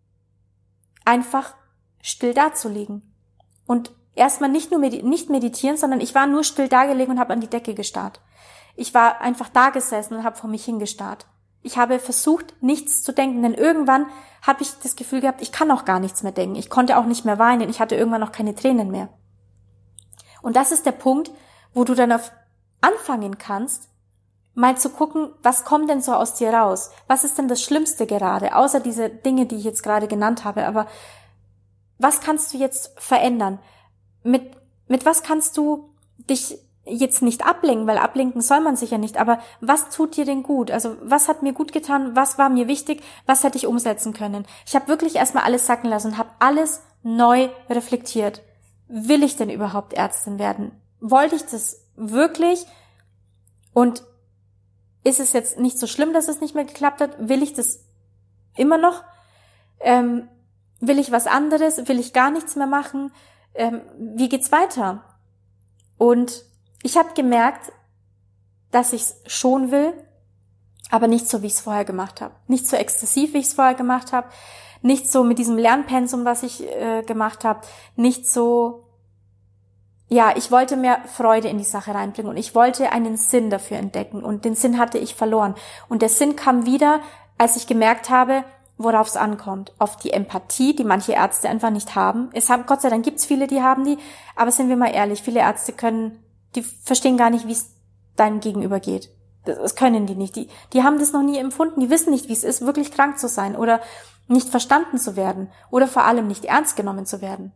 einfach still dazulegen. Und erstmal nicht meditieren, sondern ich war nur still dagelegen und habe an die Decke gestarrt. Ich war einfach da gesessen und habe vor mich hingestarrt. Ich habe versucht, nichts zu denken, denn irgendwann habe ich das Gefühl gehabt, ich kann auch gar nichts mehr denken. Ich konnte auch nicht mehr weinen, ich hatte irgendwann noch keine Tränen mehr. Und das ist der Punkt, wo du dann anfangen kannst, mal zu gucken, was kommt denn so aus dir raus? Was ist denn das Schlimmste gerade, außer diese Dinge, die ich jetzt gerade genannt habe? Aber was kannst du jetzt verändern? Mit was kannst du dich jetzt nicht ablenken, weil ablenken soll man sich ja nicht, aber was tut dir denn gut? Also was hat mir gut getan? Was war mir wichtig? Was hätte ich umsetzen können? Ich habe wirklich erstmal alles sacken lassen und habe alles neu reflektiert. Will ich denn überhaupt Ärztin werden? Wollte ich das wirklich? Und ist es jetzt nicht so schlimm, dass es nicht mehr geklappt hat? Will ich das immer noch? Will ich was anderes? Will ich gar nichts mehr machen? Wie geht's weiter? Und ich habe gemerkt, dass ich es schon will, aber nicht so, wie ich es vorher gemacht habe. Nicht so exzessiv, wie ich es vorher gemacht habe. Nicht so mit diesem Lernpensum, was ich gemacht habe. Nicht so, ja, ich wollte mehr Freude in die Sache reinbringen und ich wollte einen Sinn dafür entdecken und den Sinn hatte ich verloren. Und der Sinn kam wieder, als ich gemerkt habe, worauf es ankommt. Auf die Empathie, die manche Ärzte einfach nicht haben. Gott sei Dank gibt's viele, die haben die, aber sind wir mal ehrlich, viele Ärzte die verstehen gar nicht, wie es deinem Gegenüber geht. Das können die nicht. Die haben das noch nie empfunden, die wissen nicht, wie es ist, wirklich krank zu sein oder nicht verstanden zu werden oder vor allem nicht ernst genommen zu werden.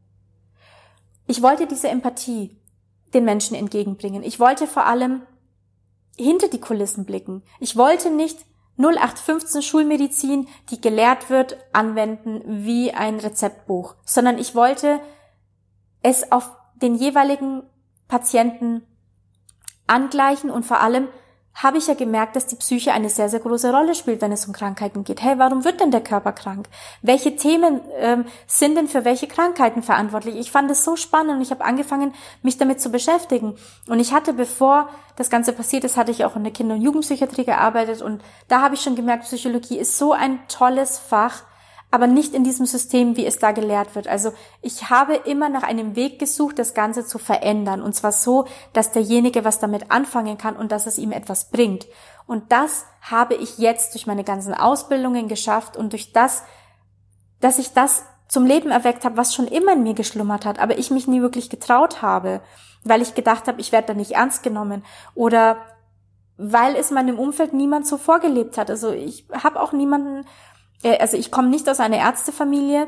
Ich wollte diese Empathie den Menschen entgegenbringen. Ich wollte vor allem hinter die Kulissen blicken. Ich wollte nicht 0815 Schulmedizin, die gelehrt wird, anwenden wie ein Rezeptbuch, sondern ich wollte es auf den jeweiligen Patienten angleichen und vor allem habe ich ja gemerkt, dass die Psyche eine sehr, sehr große Rolle spielt, wenn es um Krankheiten geht. Hey, warum wird denn der Körper krank? Welche Themen sind denn für welche Krankheiten verantwortlich? Ich fand es so spannend und ich habe angefangen, mich damit zu beschäftigen. Und ich hatte, bevor das Ganze passiert ist, hatte ich auch in der Kinder- und Jugendpsychiatrie gearbeitet und da habe ich schon gemerkt, Psychologie ist so ein tolles Fach, aber nicht in diesem System, wie es da gelehrt wird. Also ich habe immer nach einem Weg gesucht, das Ganze zu verändern. Und zwar so, dass derjenige was damit anfangen kann und dass es ihm etwas bringt. Und das habe ich jetzt durch meine ganzen Ausbildungen geschafft und durch das, dass ich das zum Leben erweckt habe, was schon immer in mir geschlummert hat, aber ich mich nie wirklich getraut habe, weil ich gedacht habe, ich werde da nicht ernst genommen oder weil es meinem Umfeld niemand so vorgelebt hat. Also ich habe auch niemanden... Also ich komme nicht aus einer Ärztefamilie.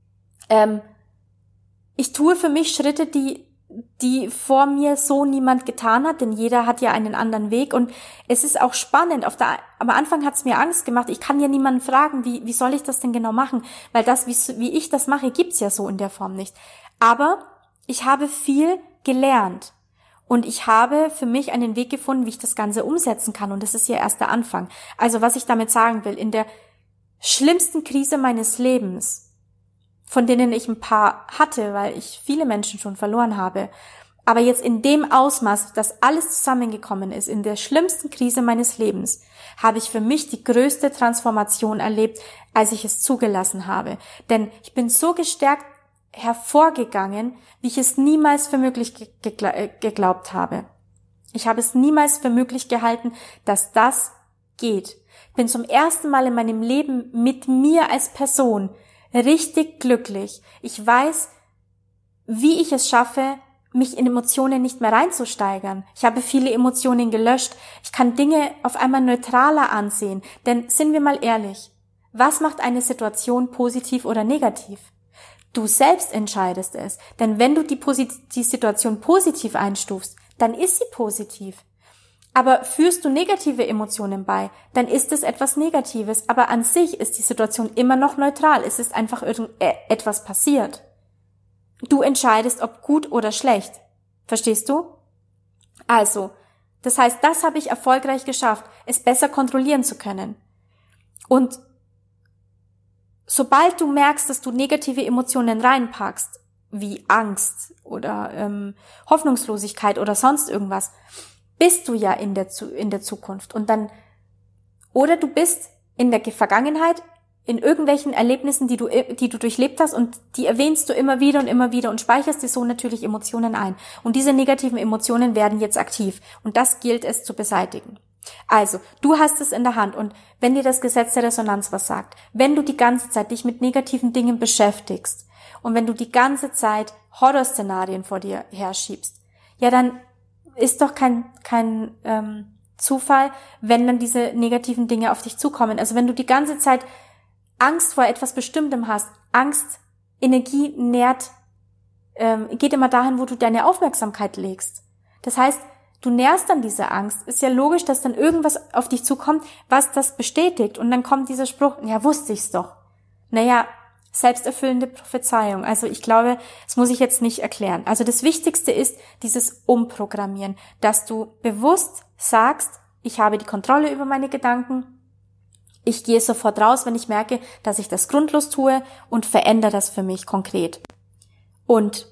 Ich tue für mich Schritte, die vor mir so niemand getan hat, denn jeder hat ja einen anderen Weg und es ist auch spannend. Am Anfang hat es mir Angst gemacht. Ich kann ja niemanden fragen, wie soll ich das denn genau machen? Weil das, wie ich das mache, gibt's ja so in der Form nicht. Aber ich habe viel gelernt. Und ich habe für mich einen Weg gefunden, wie ich das Ganze umsetzen kann. Und das ist ja erst der Anfang. Also was ich damit sagen will, in der schlimmsten Krise meines Lebens, von denen ich ein paar hatte, weil ich viele Menschen schon verloren habe, aber jetzt in dem Ausmaß, dass alles zusammengekommen ist, in der schlimmsten Krise meines Lebens, habe ich für mich die größte Transformation erlebt, als ich es zugelassen habe. Denn ich bin so gestärkt hervorgegangen, wie ich es niemals für möglich geglaubt habe. Ich habe es niemals für möglich gehalten, dass das geht. Ich bin zum ersten Mal in meinem Leben mit mir als Person richtig glücklich. Ich weiß, wie ich es schaffe, mich in Emotionen nicht mehr reinzusteigern. Ich habe viele Emotionen gelöscht. Ich kann Dinge auf einmal neutraler ansehen. Denn sind wir mal ehrlich, was macht eine Situation positiv oder negativ? Du selbst entscheidest es. Denn wenn du die Situation positiv einstufst, dann ist sie positiv. Aber führst du negative Emotionen bei, dann ist es etwas Negatives, aber an sich ist die Situation immer noch neutral. Es ist einfach etwas passiert. Du entscheidest, ob gut oder schlecht. Verstehst du? Also, das heißt, das habe ich erfolgreich geschafft, es besser kontrollieren zu können. Und sobald du merkst, dass du negative Emotionen reinpackst, wie Angst oder Hoffnungslosigkeit oder sonst irgendwas, bist du ja in der Zukunft und dann, oder du bist in der Vergangenheit, in irgendwelchen Erlebnissen, die du durchlebt hast und die erwähnst du immer wieder und speicherst dir so natürlich Emotionen ein. Und diese negativen Emotionen werden jetzt aktiv und das gilt es zu beseitigen. Also, du hast es in der Hand und wenn dir das Gesetz der Resonanz was sagt, wenn du die ganze Zeit dich mit negativen Dingen beschäftigst und wenn du die ganze Zeit Horrorszenarien vor dir herschiebst, ja dann ist doch kein Zufall, wenn dann diese negativen Dinge auf dich zukommen. Also wenn du die ganze Zeit Angst vor etwas Bestimmtem hast, Angst, Energie nährt, geht immer dahin, wo du deine Aufmerksamkeit legst. Das heißt, du nährst dann diese Angst. Ist ja logisch, dass dann irgendwas auf dich zukommt, was das bestätigt. Und dann kommt dieser Spruch, ja, wusste ich's doch. Naja, selbsterfüllende Prophezeiung. Also ich glaube, das muss ich jetzt nicht erklären. Also das Wichtigste ist dieses Umprogrammieren, dass du bewusst sagst, ich habe die Kontrolle über meine Gedanken, ich gehe sofort raus, wenn ich merke, dass ich das grundlos tue und verändere das für mich konkret. Und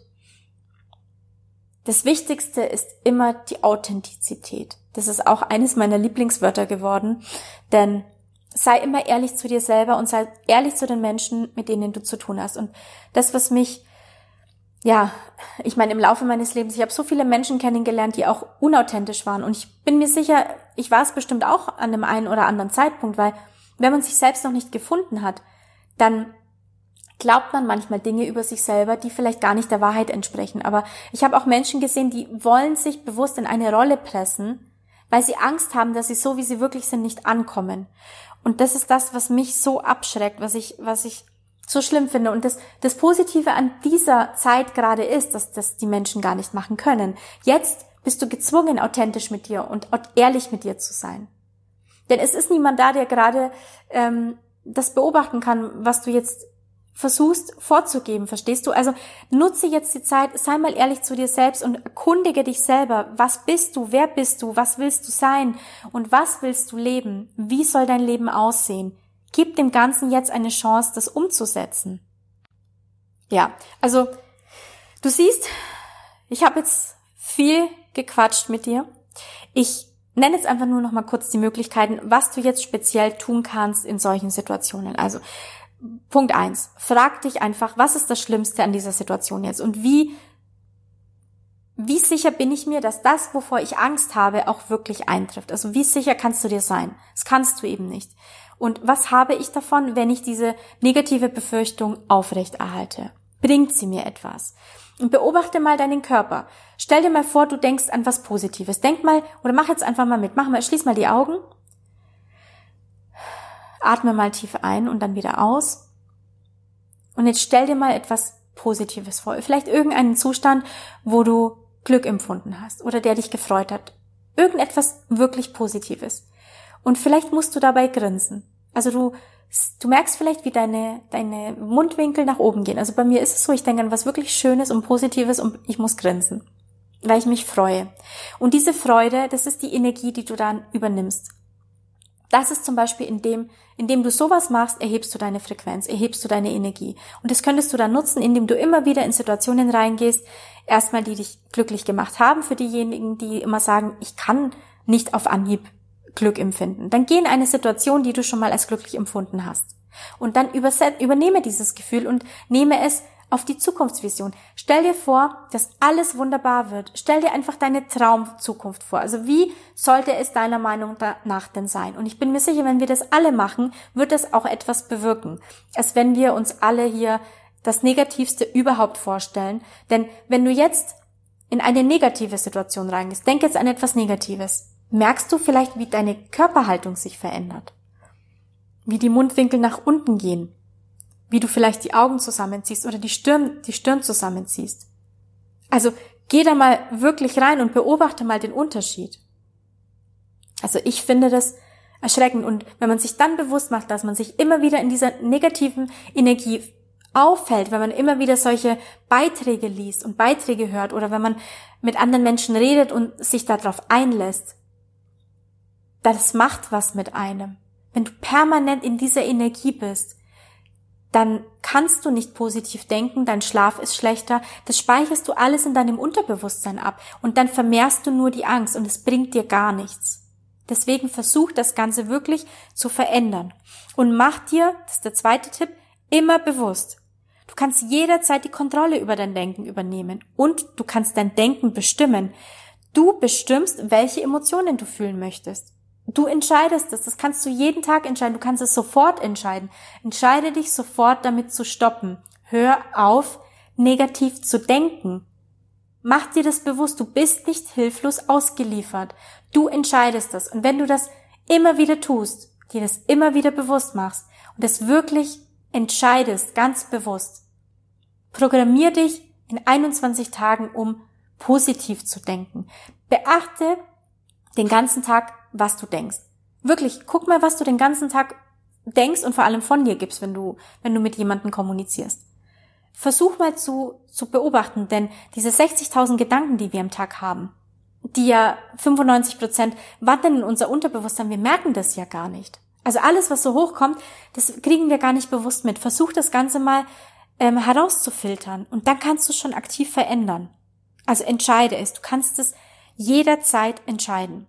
das Wichtigste ist immer die Authentizität. Das ist auch eines meiner Lieblingswörter geworden, denn sei immer ehrlich zu dir selber und sei ehrlich zu den Menschen, mit denen du zu tun hast. Und das, was mich, ich meine, im Laufe meines Lebens, ich habe so viele Menschen kennengelernt, die auch unauthentisch waren. Und ich bin mir sicher, ich war es bestimmt auch an dem einen oder anderen Zeitpunkt, weil wenn man sich selbst noch nicht gefunden hat, dann glaubt man manchmal Dinge über sich selber, die vielleicht gar nicht der Wahrheit entsprechen. Aber ich habe auch Menschen gesehen, die wollen sich bewusst in eine Rolle pressen, weil sie Angst haben, dass sie so, wie sie wirklich sind, nicht ankommen. Und das ist das, was mich so abschreckt, was ich so schlimm finde. Und das Positive an dieser Zeit gerade ist, dass das die Menschen gar nicht machen können. Jetzt bist du gezwungen, authentisch mit dir und ehrlich mit dir zu sein. Denn es ist niemand da, der gerade das beobachten kann, was du jetzt versuchst vorzugeben, verstehst du? Also nutze jetzt die Zeit, sei mal ehrlich zu dir selbst und erkundige dich selber. Was bist du? Wer bist du? Was willst du sein? Und was willst du leben? Wie soll dein Leben aussehen? Gib dem Ganzen jetzt eine Chance, das umzusetzen. Ja, also du siehst, ich habe jetzt viel gequatscht mit dir. Ich nenne jetzt einfach nur noch mal kurz die Möglichkeiten, was du jetzt speziell tun kannst in solchen Situationen. Also Punkt 1. Frag dich einfach, was ist das Schlimmste an dieser Situation jetzt und wie sicher bin ich mir, dass das, wovor ich Angst habe, auch wirklich eintrifft? Also wie sicher kannst du dir sein? Das kannst du eben nicht. Und was habe ich davon, wenn ich diese negative Befürchtung aufrechterhalte? Bringt sie mir etwas? Und beobachte mal deinen Körper. Stell dir mal vor, du denkst an was Positives. Denk mal, oder mach jetzt einfach mal mit. Schließ mal die Augen. Atme mal tief ein und dann wieder aus. Und jetzt stell dir mal etwas Positives vor. Vielleicht irgendeinen Zustand, wo du Glück empfunden hast oder der dich gefreut hat. Irgendetwas wirklich Positives. Und vielleicht musst du dabei grinsen. Also du merkst vielleicht, wie deine Mundwinkel nach oben gehen. Also bei mir ist es so, ich denke an was wirklich Schönes und Positives und ich muss grinsen, weil ich mich freue. Und diese Freude, das ist die Energie, die du dann übernimmst. Das ist zum Beispiel, indem du sowas machst, erhebst du deine Frequenz, erhebst du deine Energie. Und das könntest du dann nutzen, indem du immer wieder in Situationen reingehst, erstmal die dich glücklich gemacht haben, für diejenigen, die immer sagen, ich kann nicht auf Anhieb Glück empfinden. Dann geh in eine Situation, die du schon mal als glücklich empfunden hast. Und dann übernehme dieses Gefühl und nehme es auf die Zukunftsvision. Stell dir vor, dass alles wunderbar wird. Stell dir einfach deine Traumzukunft vor. Also wie sollte es deiner Meinung nach denn sein? Und ich bin mir sicher, wenn wir das alle machen, wird das auch etwas bewirken. Als wenn wir uns alle hier das Negativste überhaupt vorstellen. Denn wenn du jetzt in eine negative Situation reingehst, denk jetzt an etwas Negatives. Merkst du vielleicht, wie deine Körperhaltung sich verändert? Wie die Mundwinkel nach unten gehen? Wie du vielleicht die Augen zusammenziehst oder die Stirn zusammenziehst? Also geh da mal wirklich rein und beobachte mal den Unterschied. Also ich finde das erschreckend. Und wenn man sich dann bewusst macht, dass man sich immer wieder in dieser negativen Energie auffällt, wenn man immer wieder solche Beiträge liest und Beiträge hört oder wenn man mit anderen Menschen redet und sich darauf einlässt, das macht was mit einem. Wenn du permanent in dieser Energie bist, dann kannst du nicht positiv denken, dein Schlaf ist schlechter, das speicherst du alles in deinem Unterbewusstsein ab und dann vermehrst du nur die Angst und es bringt dir gar nichts. Deswegen versuch das Ganze wirklich zu verändern und mach dir, das ist der zweite Tipp, immer bewusst. Du kannst jederzeit die Kontrolle über dein Denken übernehmen und du kannst dein Denken bestimmen. Du bestimmst, welche Emotionen du fühlen möchtest. Du entscheidest es, das kannst du jeden Tag entscheiden, du kannst es sofort entscheiden. Entscheide dich sofort damit zu stoppen. Hör auf, negativ zu denken. Mach dir das bewusst, du bist nicht hilflos ausgeliefert. Du entscheidest das. Und wenn du das immer wieder tust, dir das immer wieder bewusst machst und das wirklich entscheidest, ganz bewusst, programmier dich in 21 Tagen, um positiv zu denken. Beachte den ganzen Tag, was du denkst. Wirklich, guck mal, was du den ganzen Tag denkst und vor allem von dir gibst, wenn du mit jemandem kommunizierst. Versuch mal zu beobachten, denn diese 60.000 Gedanken, die wir am Tag haben, die ja 95% wandern in unser Unterbewusstsein, wir merken das ja gar nicht. Also alles, was so hochkommt, das kriegen wir gar nicht bewusst mit. Versuch das Ganze mal herauszufiltern und dann kannst du schon aktiv verändern. Also entscheide es. Du kannst es jederzeit entscheiden.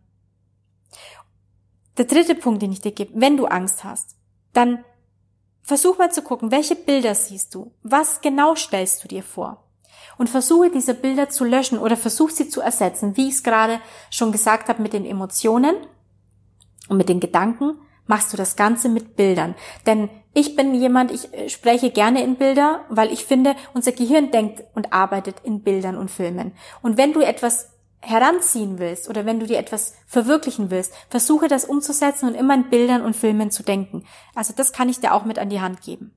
Der dritte Punkt, den ich dir gebe, wenn du Angst hast, dann versuch mal zu gucken, welche Bilder siehst du? Was genau stellst du dir vor? Und versuche diese Bilder zu löschen oder versuch sie zu ersetzen. Wie ich es gerade schon gesagt habe, mit den Emotionen und mit den Gedanken machst du das Ganze mit Bildern. Denn ich bin jemand, ich spreche gerne in Bilder, weil ich finde, unser Gehirn denkt und arbeitet in Bildern und Filmen. Und wenn du etwas heranziehen willst oder wenn du dir etwas verwirklichen willst, versuche das umzusetzen und immer in Bildern und Filmen zu denken. Also das kann ich dir auch mit an die Hand geben.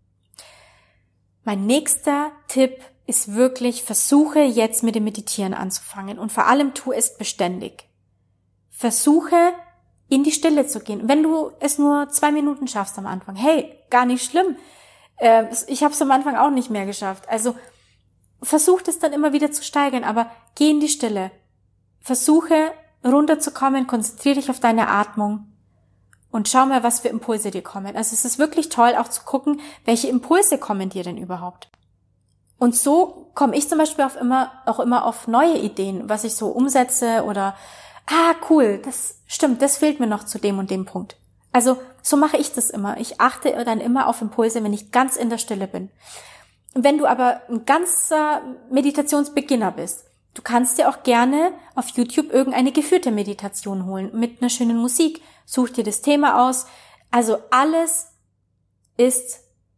Mein nächster Tipp ist wirklich, versuche jetzt mit dem Meditieren anzufangen und vor allem tu es beständig. Versuche in die Stille zu gehen. Wenn du es nur 2 Minuten schaffst am Anfang, hey, gar nicht schlimm. Ich habe es am Anfang auch nicht mehr geschafft. Also versuch das dann immer wieder zu steigern, aber geh in die Stille. Versuche runterzukommen, konzentriere dich auf deine Atmung und schau mal, was für Impulse dir kommen. Also es ist wirklich toll, auch zu gucken, welche Impulse kommen dir denn überhaupt. Und so komme ich zum Beispiel auch immer auf neue Ideen, was ich so umsetze oder cool, das stimmt, das fehlt mir noch zu dem und dem Punkt. Also so mache ich das immer. Ich achte dann immer auf Impulse, wenn ich ganz in der Stille bin. Und wenn du aber ein ganzer Meditationsbeginner bist, du kannst dir auch gerne auf YouTube irgendeine geführte Meditation holen mit einer schönen Musik. Such dir das Thema aus. Also alles ist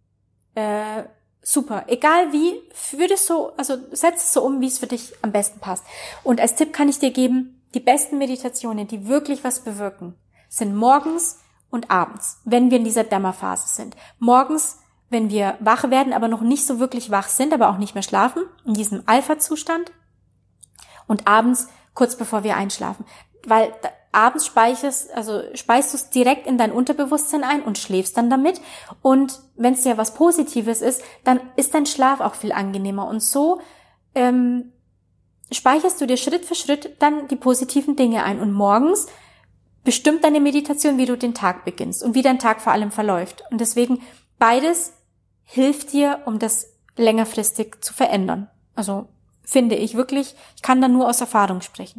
super. Egal wie, setz es so um, wie es für dich am besten passt. Und als Tipp kann ich dir geben, die besten Meditationen, die wirklich was bewirken, sind morgens und abends, wenn wir in dieser Dämmerphase sind. Morgens, wenn wir wach werden, aber noch nicht so wirklich wach sind, aber auch nicht mehr schlafen, in diesem Alpha-Zustand. Und abends, kurz bevor wir einschlafen. Weil abends speist du es direkt in dein Unterbewusstsein ein und schläfst dann damit. Und wenn es ja was Positives ist, dann ist dein Schlaf auch viel angenehmer. Und so speicherst du dir Schritt für Schritt dann die positiven Dinge ein. Und morgens bestimmt deine Meditation, wie du den Tag beginnst und wie dein Tag vor allem verläuft. Und deswegen beides hilft dir, um das längerfristig zu verändern. Also finde ich wirklich, ich kann da nur aus Erfahrung sprechen.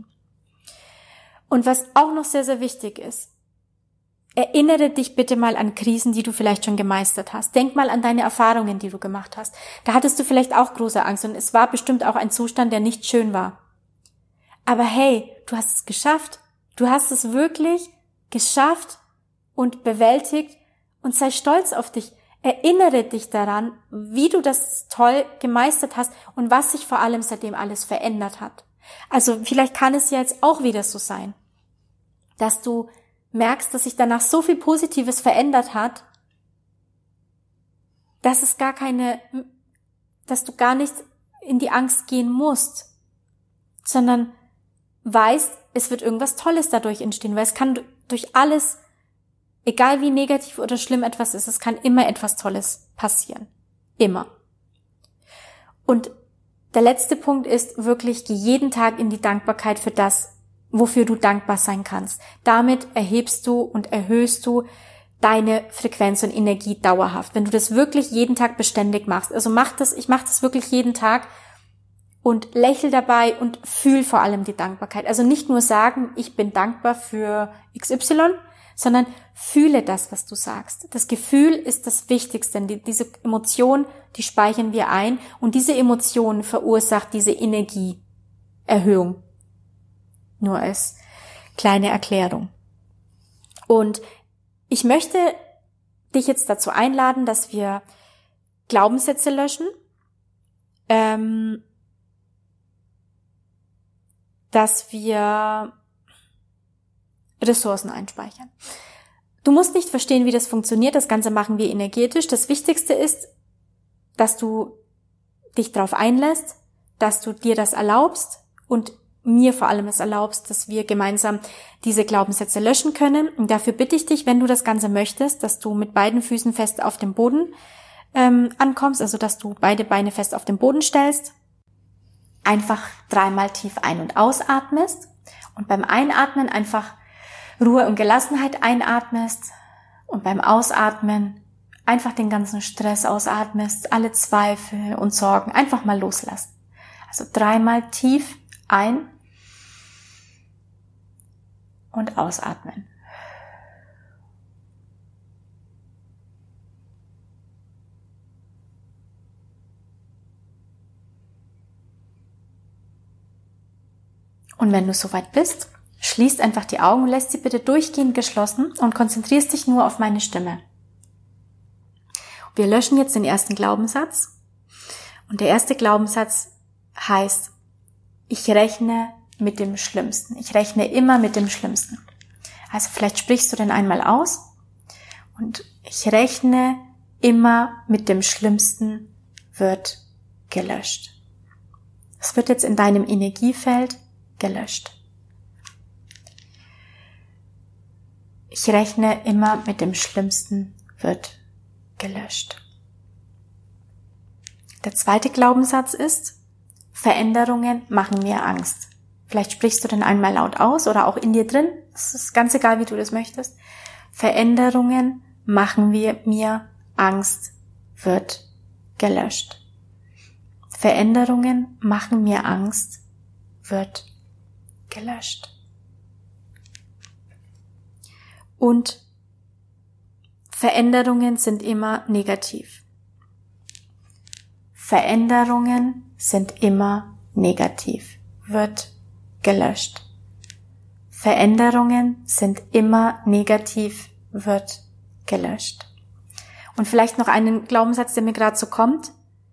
Und was auch noch sehr, sehr wichtig ist, erinnere dich bitte mal an Krisen, die du vielleicht schon gemeistert hast. Denk mal an deine Erfahrungen, die du gemacht hast. Da hattest du vielleicht auch große Angst und es war bestimmt auch ein Zustand, der nicht schön war. Aber hey, du hast es geschafft. Du hast es wirklich geschafft und bewältigt und sei stolz auf dich. Erinnere dich daran, wie du das toll gemeistert hast und was sich vor allem seitdem alles verändert hat. Also vielleicht kann es ja jetzt auch wieder so sein, dass du merkst, dass sich danach so viel Positives verändert hat, dass du gar nicht in die Angst gehen musst, sondern weißt, es wird irgendwas Tolles dadurch entstehen, weil es kann durch alles, egal wie negativ oder schlimm etwas ist, es kann immer etwas Tolles passieren. Immer. Und der letzte Punkt ist wirklich, geh jeden Tag in die Dankbarkeit für das, wofür du dankbar sein kannst. Damit erhebst du und erhöhst du deine Frequenz und Energie dauerhaft. Wenn du das wirklich jeden Tag beständig machst, also ich mache das wirklich jeden Tag und lächel dabei und fühl vor allem die Dankbarkeit. Also nicht nur sagen, ich bin dankbar für XY, sondern fühle das, was du sagst. Das Gefühl ist das Wichtigste. Diese Emotion, die speichern wir ein und diese Emotion verursacht diese Energieerhöhung. Nur als kleine Erklärung. Und ich möchte dich jetzt dazu einladen, dass wir Glaubenssätze löschen, dass wir Ressourcen einspeichern. Du musst nicht verstehen, wie das funktioniert. Das Ganze machen wir energetisch. Das Wichtigste ist, dass du dich darauf einlässt, dass du dir das erlaubst und mir vor allem es erlaubst, dass wir gemeinsam diese Glaubenssätze löschen können. Und dafür bitte ich dich, wenn du das Ganze möchtest, dass du mit beiden Füßen fest auf dem Boden ankommst, also dass du beide Beine fest auf den Boden stellst. Einfach 3-mal tief ein- und ausatmest und beim Einatmen einfach Ruhe und Gelassenheit einatmest und beim Ausatmen einfach den ganzen Stress ausatmest, alle Zweifel und Sorgen einfach mal loslassen. Also 3-mal tief ein- und ausatmen. Und wenn du soweit bist, schließt einfach die Augen und lässt sie bitte durchgehend geschlossen und konzentrierst dich nur auf meine Stimme. Wir löschen jetzt den ersten Glaubenssatz. Und der erste Glaubenssatz heißt, ich rechne mit dem Schlimmsten. Ich rechne immer mit dem Schlimmsten. Also vielleicht sprichst du den einmal aus. Und ich rechne immer mit dem Schlimmsten wird gelöscht. Es wird jetzt in deinem Energiefeld gelöscht. Ich rechne immer mit dem Schlimmsten wird gelöscht. Der zweite Glaubenssatz ist, Veränderungen machen mir Angst. Vielleicht sprichst du den einmal laut aus oder auch in dir drin. Es ist ganz egal, wie du das möchtest. Veränderungen machen mir Angst wird gelöscht. Veränderungen machen mir Angst wird gelöscht. Und Veränderungen sind immer negativ. Veränderungen sind immer negativ. Wird gelöscht. Veränderungen sind immer negativ. Wird gelöscht. Und vielleicht noch einen Glaubenssatz, der mir gerade so kommt.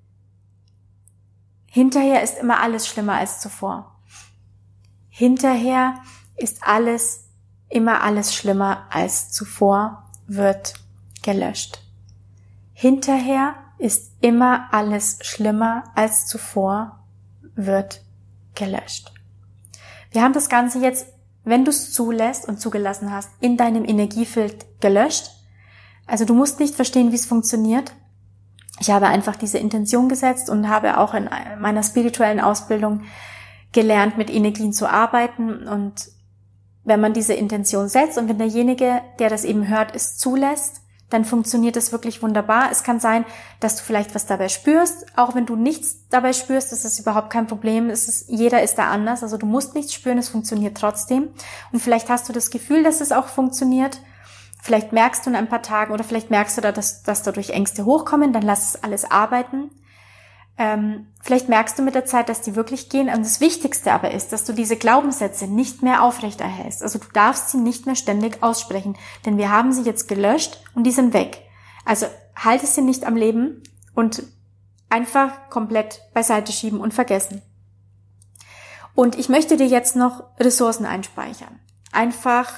Hinterher ist immer alles schlimmer als zuvor. Hinterher ist immer alles schlimmer als zuvor, wird gelöscht. Hinterher ist immer alles schlimmer als zuvor, wird gelöscht. Wir haben das Ganze jetzt, wenn du es zulässt und zugelassen hast, in deinem Energiefeld gelöscht. Also du musst nicht verstehen, wie es funktioniert. Ich habe einfach diese Intention gesetzt und habe auch in meiner spirituellen Ausbildung gelernt, mit Energien zu arbeiten. Und wenn man diese Intention setzt und wenn derjenige, der das eben hört, es zulässt, dann funktioniert es wirklich wunderbar. Es kann sein, dass du vielleicht was dabei spürst. Auch wenn du nichts dabei spürst, das ist überhaupt kein Problem. Jeder ist da anders. Also du musst nichts spüren, es funktioniert trotzdem. Und vielleicht hast du das Gefühl, dass es auch funktioniert. Vielleicht merkst du in ein paar Tagen oder vielleicht merkst du da, dass dadurch Ängste hochkommen. Dann lass es alles arbeiten. Vielleicht merkst du mit der Zeit, dass die wirklich gehen. Und das Wichtigste aber ist, dass du diese Glaubenssätze nicht mehr aufrechterhältst. Also du darfst sie nicht mehr ständig aussprechen, denn wir haben sie jetzt gelöscht und die sind weg. Also halte sie nicht am Leben und einfach komplett beiseite schieben und vergessen. Und ich möchte dir jetzt noch Ressourcen einspeichern. Einfach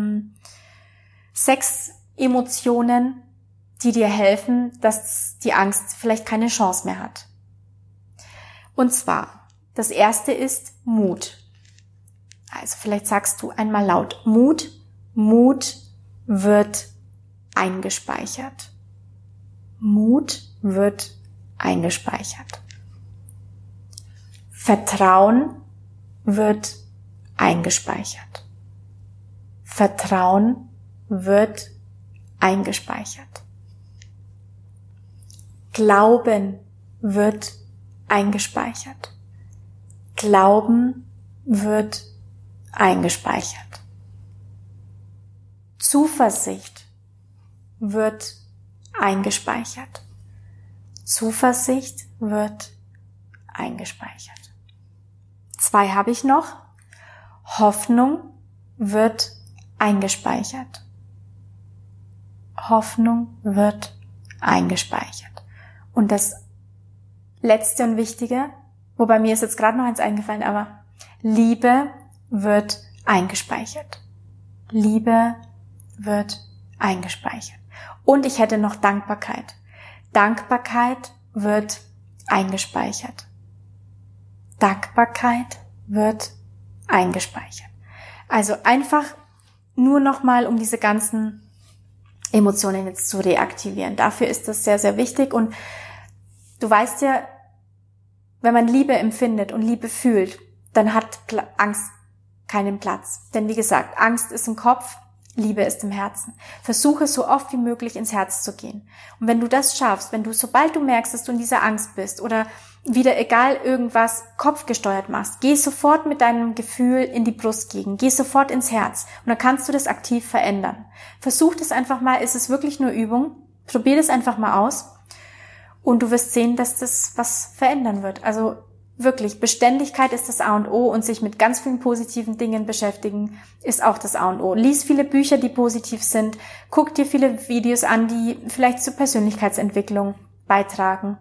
6 Emotionen, die dir helfen, dass die Angst vielleicht keine Chance mehr hat. Und zwar, das erste ist Mut. Also vielleicht sagst du einmal laut Mut Mut wird eingespeichert. Mut wird eingespeichert. Vertrauen wird eingespeichert. Vertrauen wird eingespeichert. Glauben wird eingespeichert. Glauben wird eingespeichert. Zuversicht wird eingespeichert. Zuversicht wird eingespeichert. 2 habe ich noch. Hoffnung wird eingespeichert. Hoffnung wird eingespeichert. Und das letzte und wichtige, wobei mir ist jetzt gerade noch eins eingefallen, aber Liebe wird eingespeichert. Liebe wird eingespeichert. Und ich hätte noch Dankbarkeit. Dankbarkeit wird eingespeichert. Dankbarkeit wird eingespeichert. Also einfach nur nochmal, um diese ganzen Emotionen jetzt zu reaktivieren. Dafür ist das sehr, sehr wichtig. Und du weißt ja, wenn man Liebe empfindet und Liebe fühlt, dann hat Angst keinen Platz. Denn wie gesagt, Angst ist im Kopf, Liebe ist im Herzen. Versuche so oft wie möglich ins Herz zu gehen. Und wenn du das schaffst, sobald du merkst, dass du in dieser Angst bist oder wieder egal irgendwas kopfgesteuert machst, geh sofort mit deinem Gefühl in die Brustgegend, geh sofort ins Herz und dann kannst du das aktiv verändern. Versuch das einfach mal, es ist wirklich nur Übung, probier das einfach mal aus und du wirst sehen, dass das was verändern wird. Also wirklich, Beständigkeit ist das A und O und sich mit ganz vielen positiven Dingen beschäftigen ist auch das A und O. Lies viele Bücher, die positiv sind, guck dir viele Videos an, die vielleicht zur Persönlichkeitsentwicklung beitragen.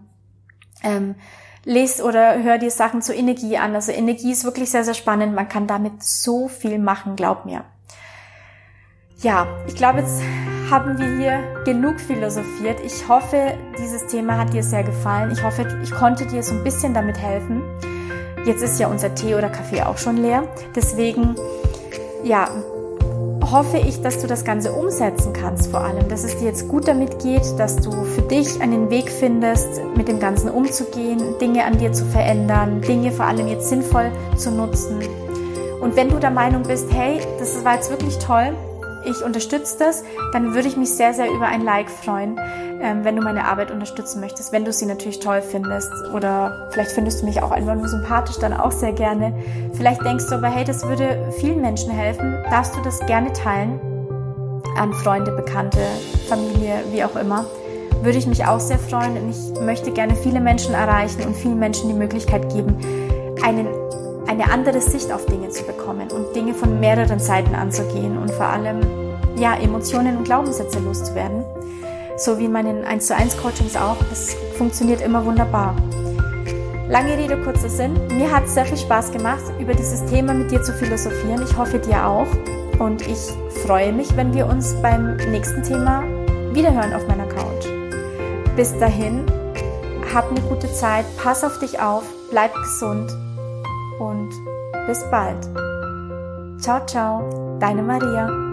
Les oder hör dir Sachen zur Energie an. Also Energie ist wirklich sehr, sehr spannend. Man kann damit so viel machen, glaub mir. Ja, ich glaube, jetzt haben wir hier genug philosophiert. Ich hoffe, dieses Thema hat dir sehr gefallen. Ich hoffe, ich konnte dir so ein bisschen damit helfen. Jetzt ist ja unser Tee oder Kaffee auch schon leer. Deswegen, ja, hoffe ich, dass du das Ganze umsetzen kannst vor allem, dass es dir jetzt gut damit geht, dass du für dich einen Weg findest, mit dem Ganzen umzugehen, Dinge an dir zu verändern, Dinge vor allem jetzt sinnvoll zu nutzen. Und wenn du der Meinung bist, hey, das war jetzt wirklich toll, ich unterstütze das, dann würde ich mich sehr, sehr über ein Like freuen, wenn du meine Arbeit unterstützen möchtest, wenn du sie natürlich toll findest oder vielleicht findest du mich auch einfach nur sympathisch, dann auch sehr gerne. Vielleicht denkst du aber, hey, das würde vielen Menschen helfen, darfst du das gerne teilen an Freunde, Bekannte, Familie, wie auch immer. Würde ich mich auch sehr freuen und ich möchte gerne viele Menschen erreichen und vielen Menschen die Möglichkeit geben, eine andere Sicht auf Dinge zu bekommen und Dinge von mehreren Seiten anzugehen und vor allem, ja, Emotionen und Glaubenssätze loszuwerden. So wie in meinen 1:1 Coachings auch. Das funktioniert immer wunderbar. Lange Rede, kurzer Sinn. Mir hat es sehr viel Spaß gemacht, über dieses Thema mit dir zu philosophieren. Ich hoffe, dir auch. Und ich freue mich, wenn wir uns beim nächsten Thema wiederhören auf meiner Couch. Bis dahin, hab eine gute Zeit, pass auf dich auf, bleib gesund und bis bald. Ciao, ciao, deine Maria.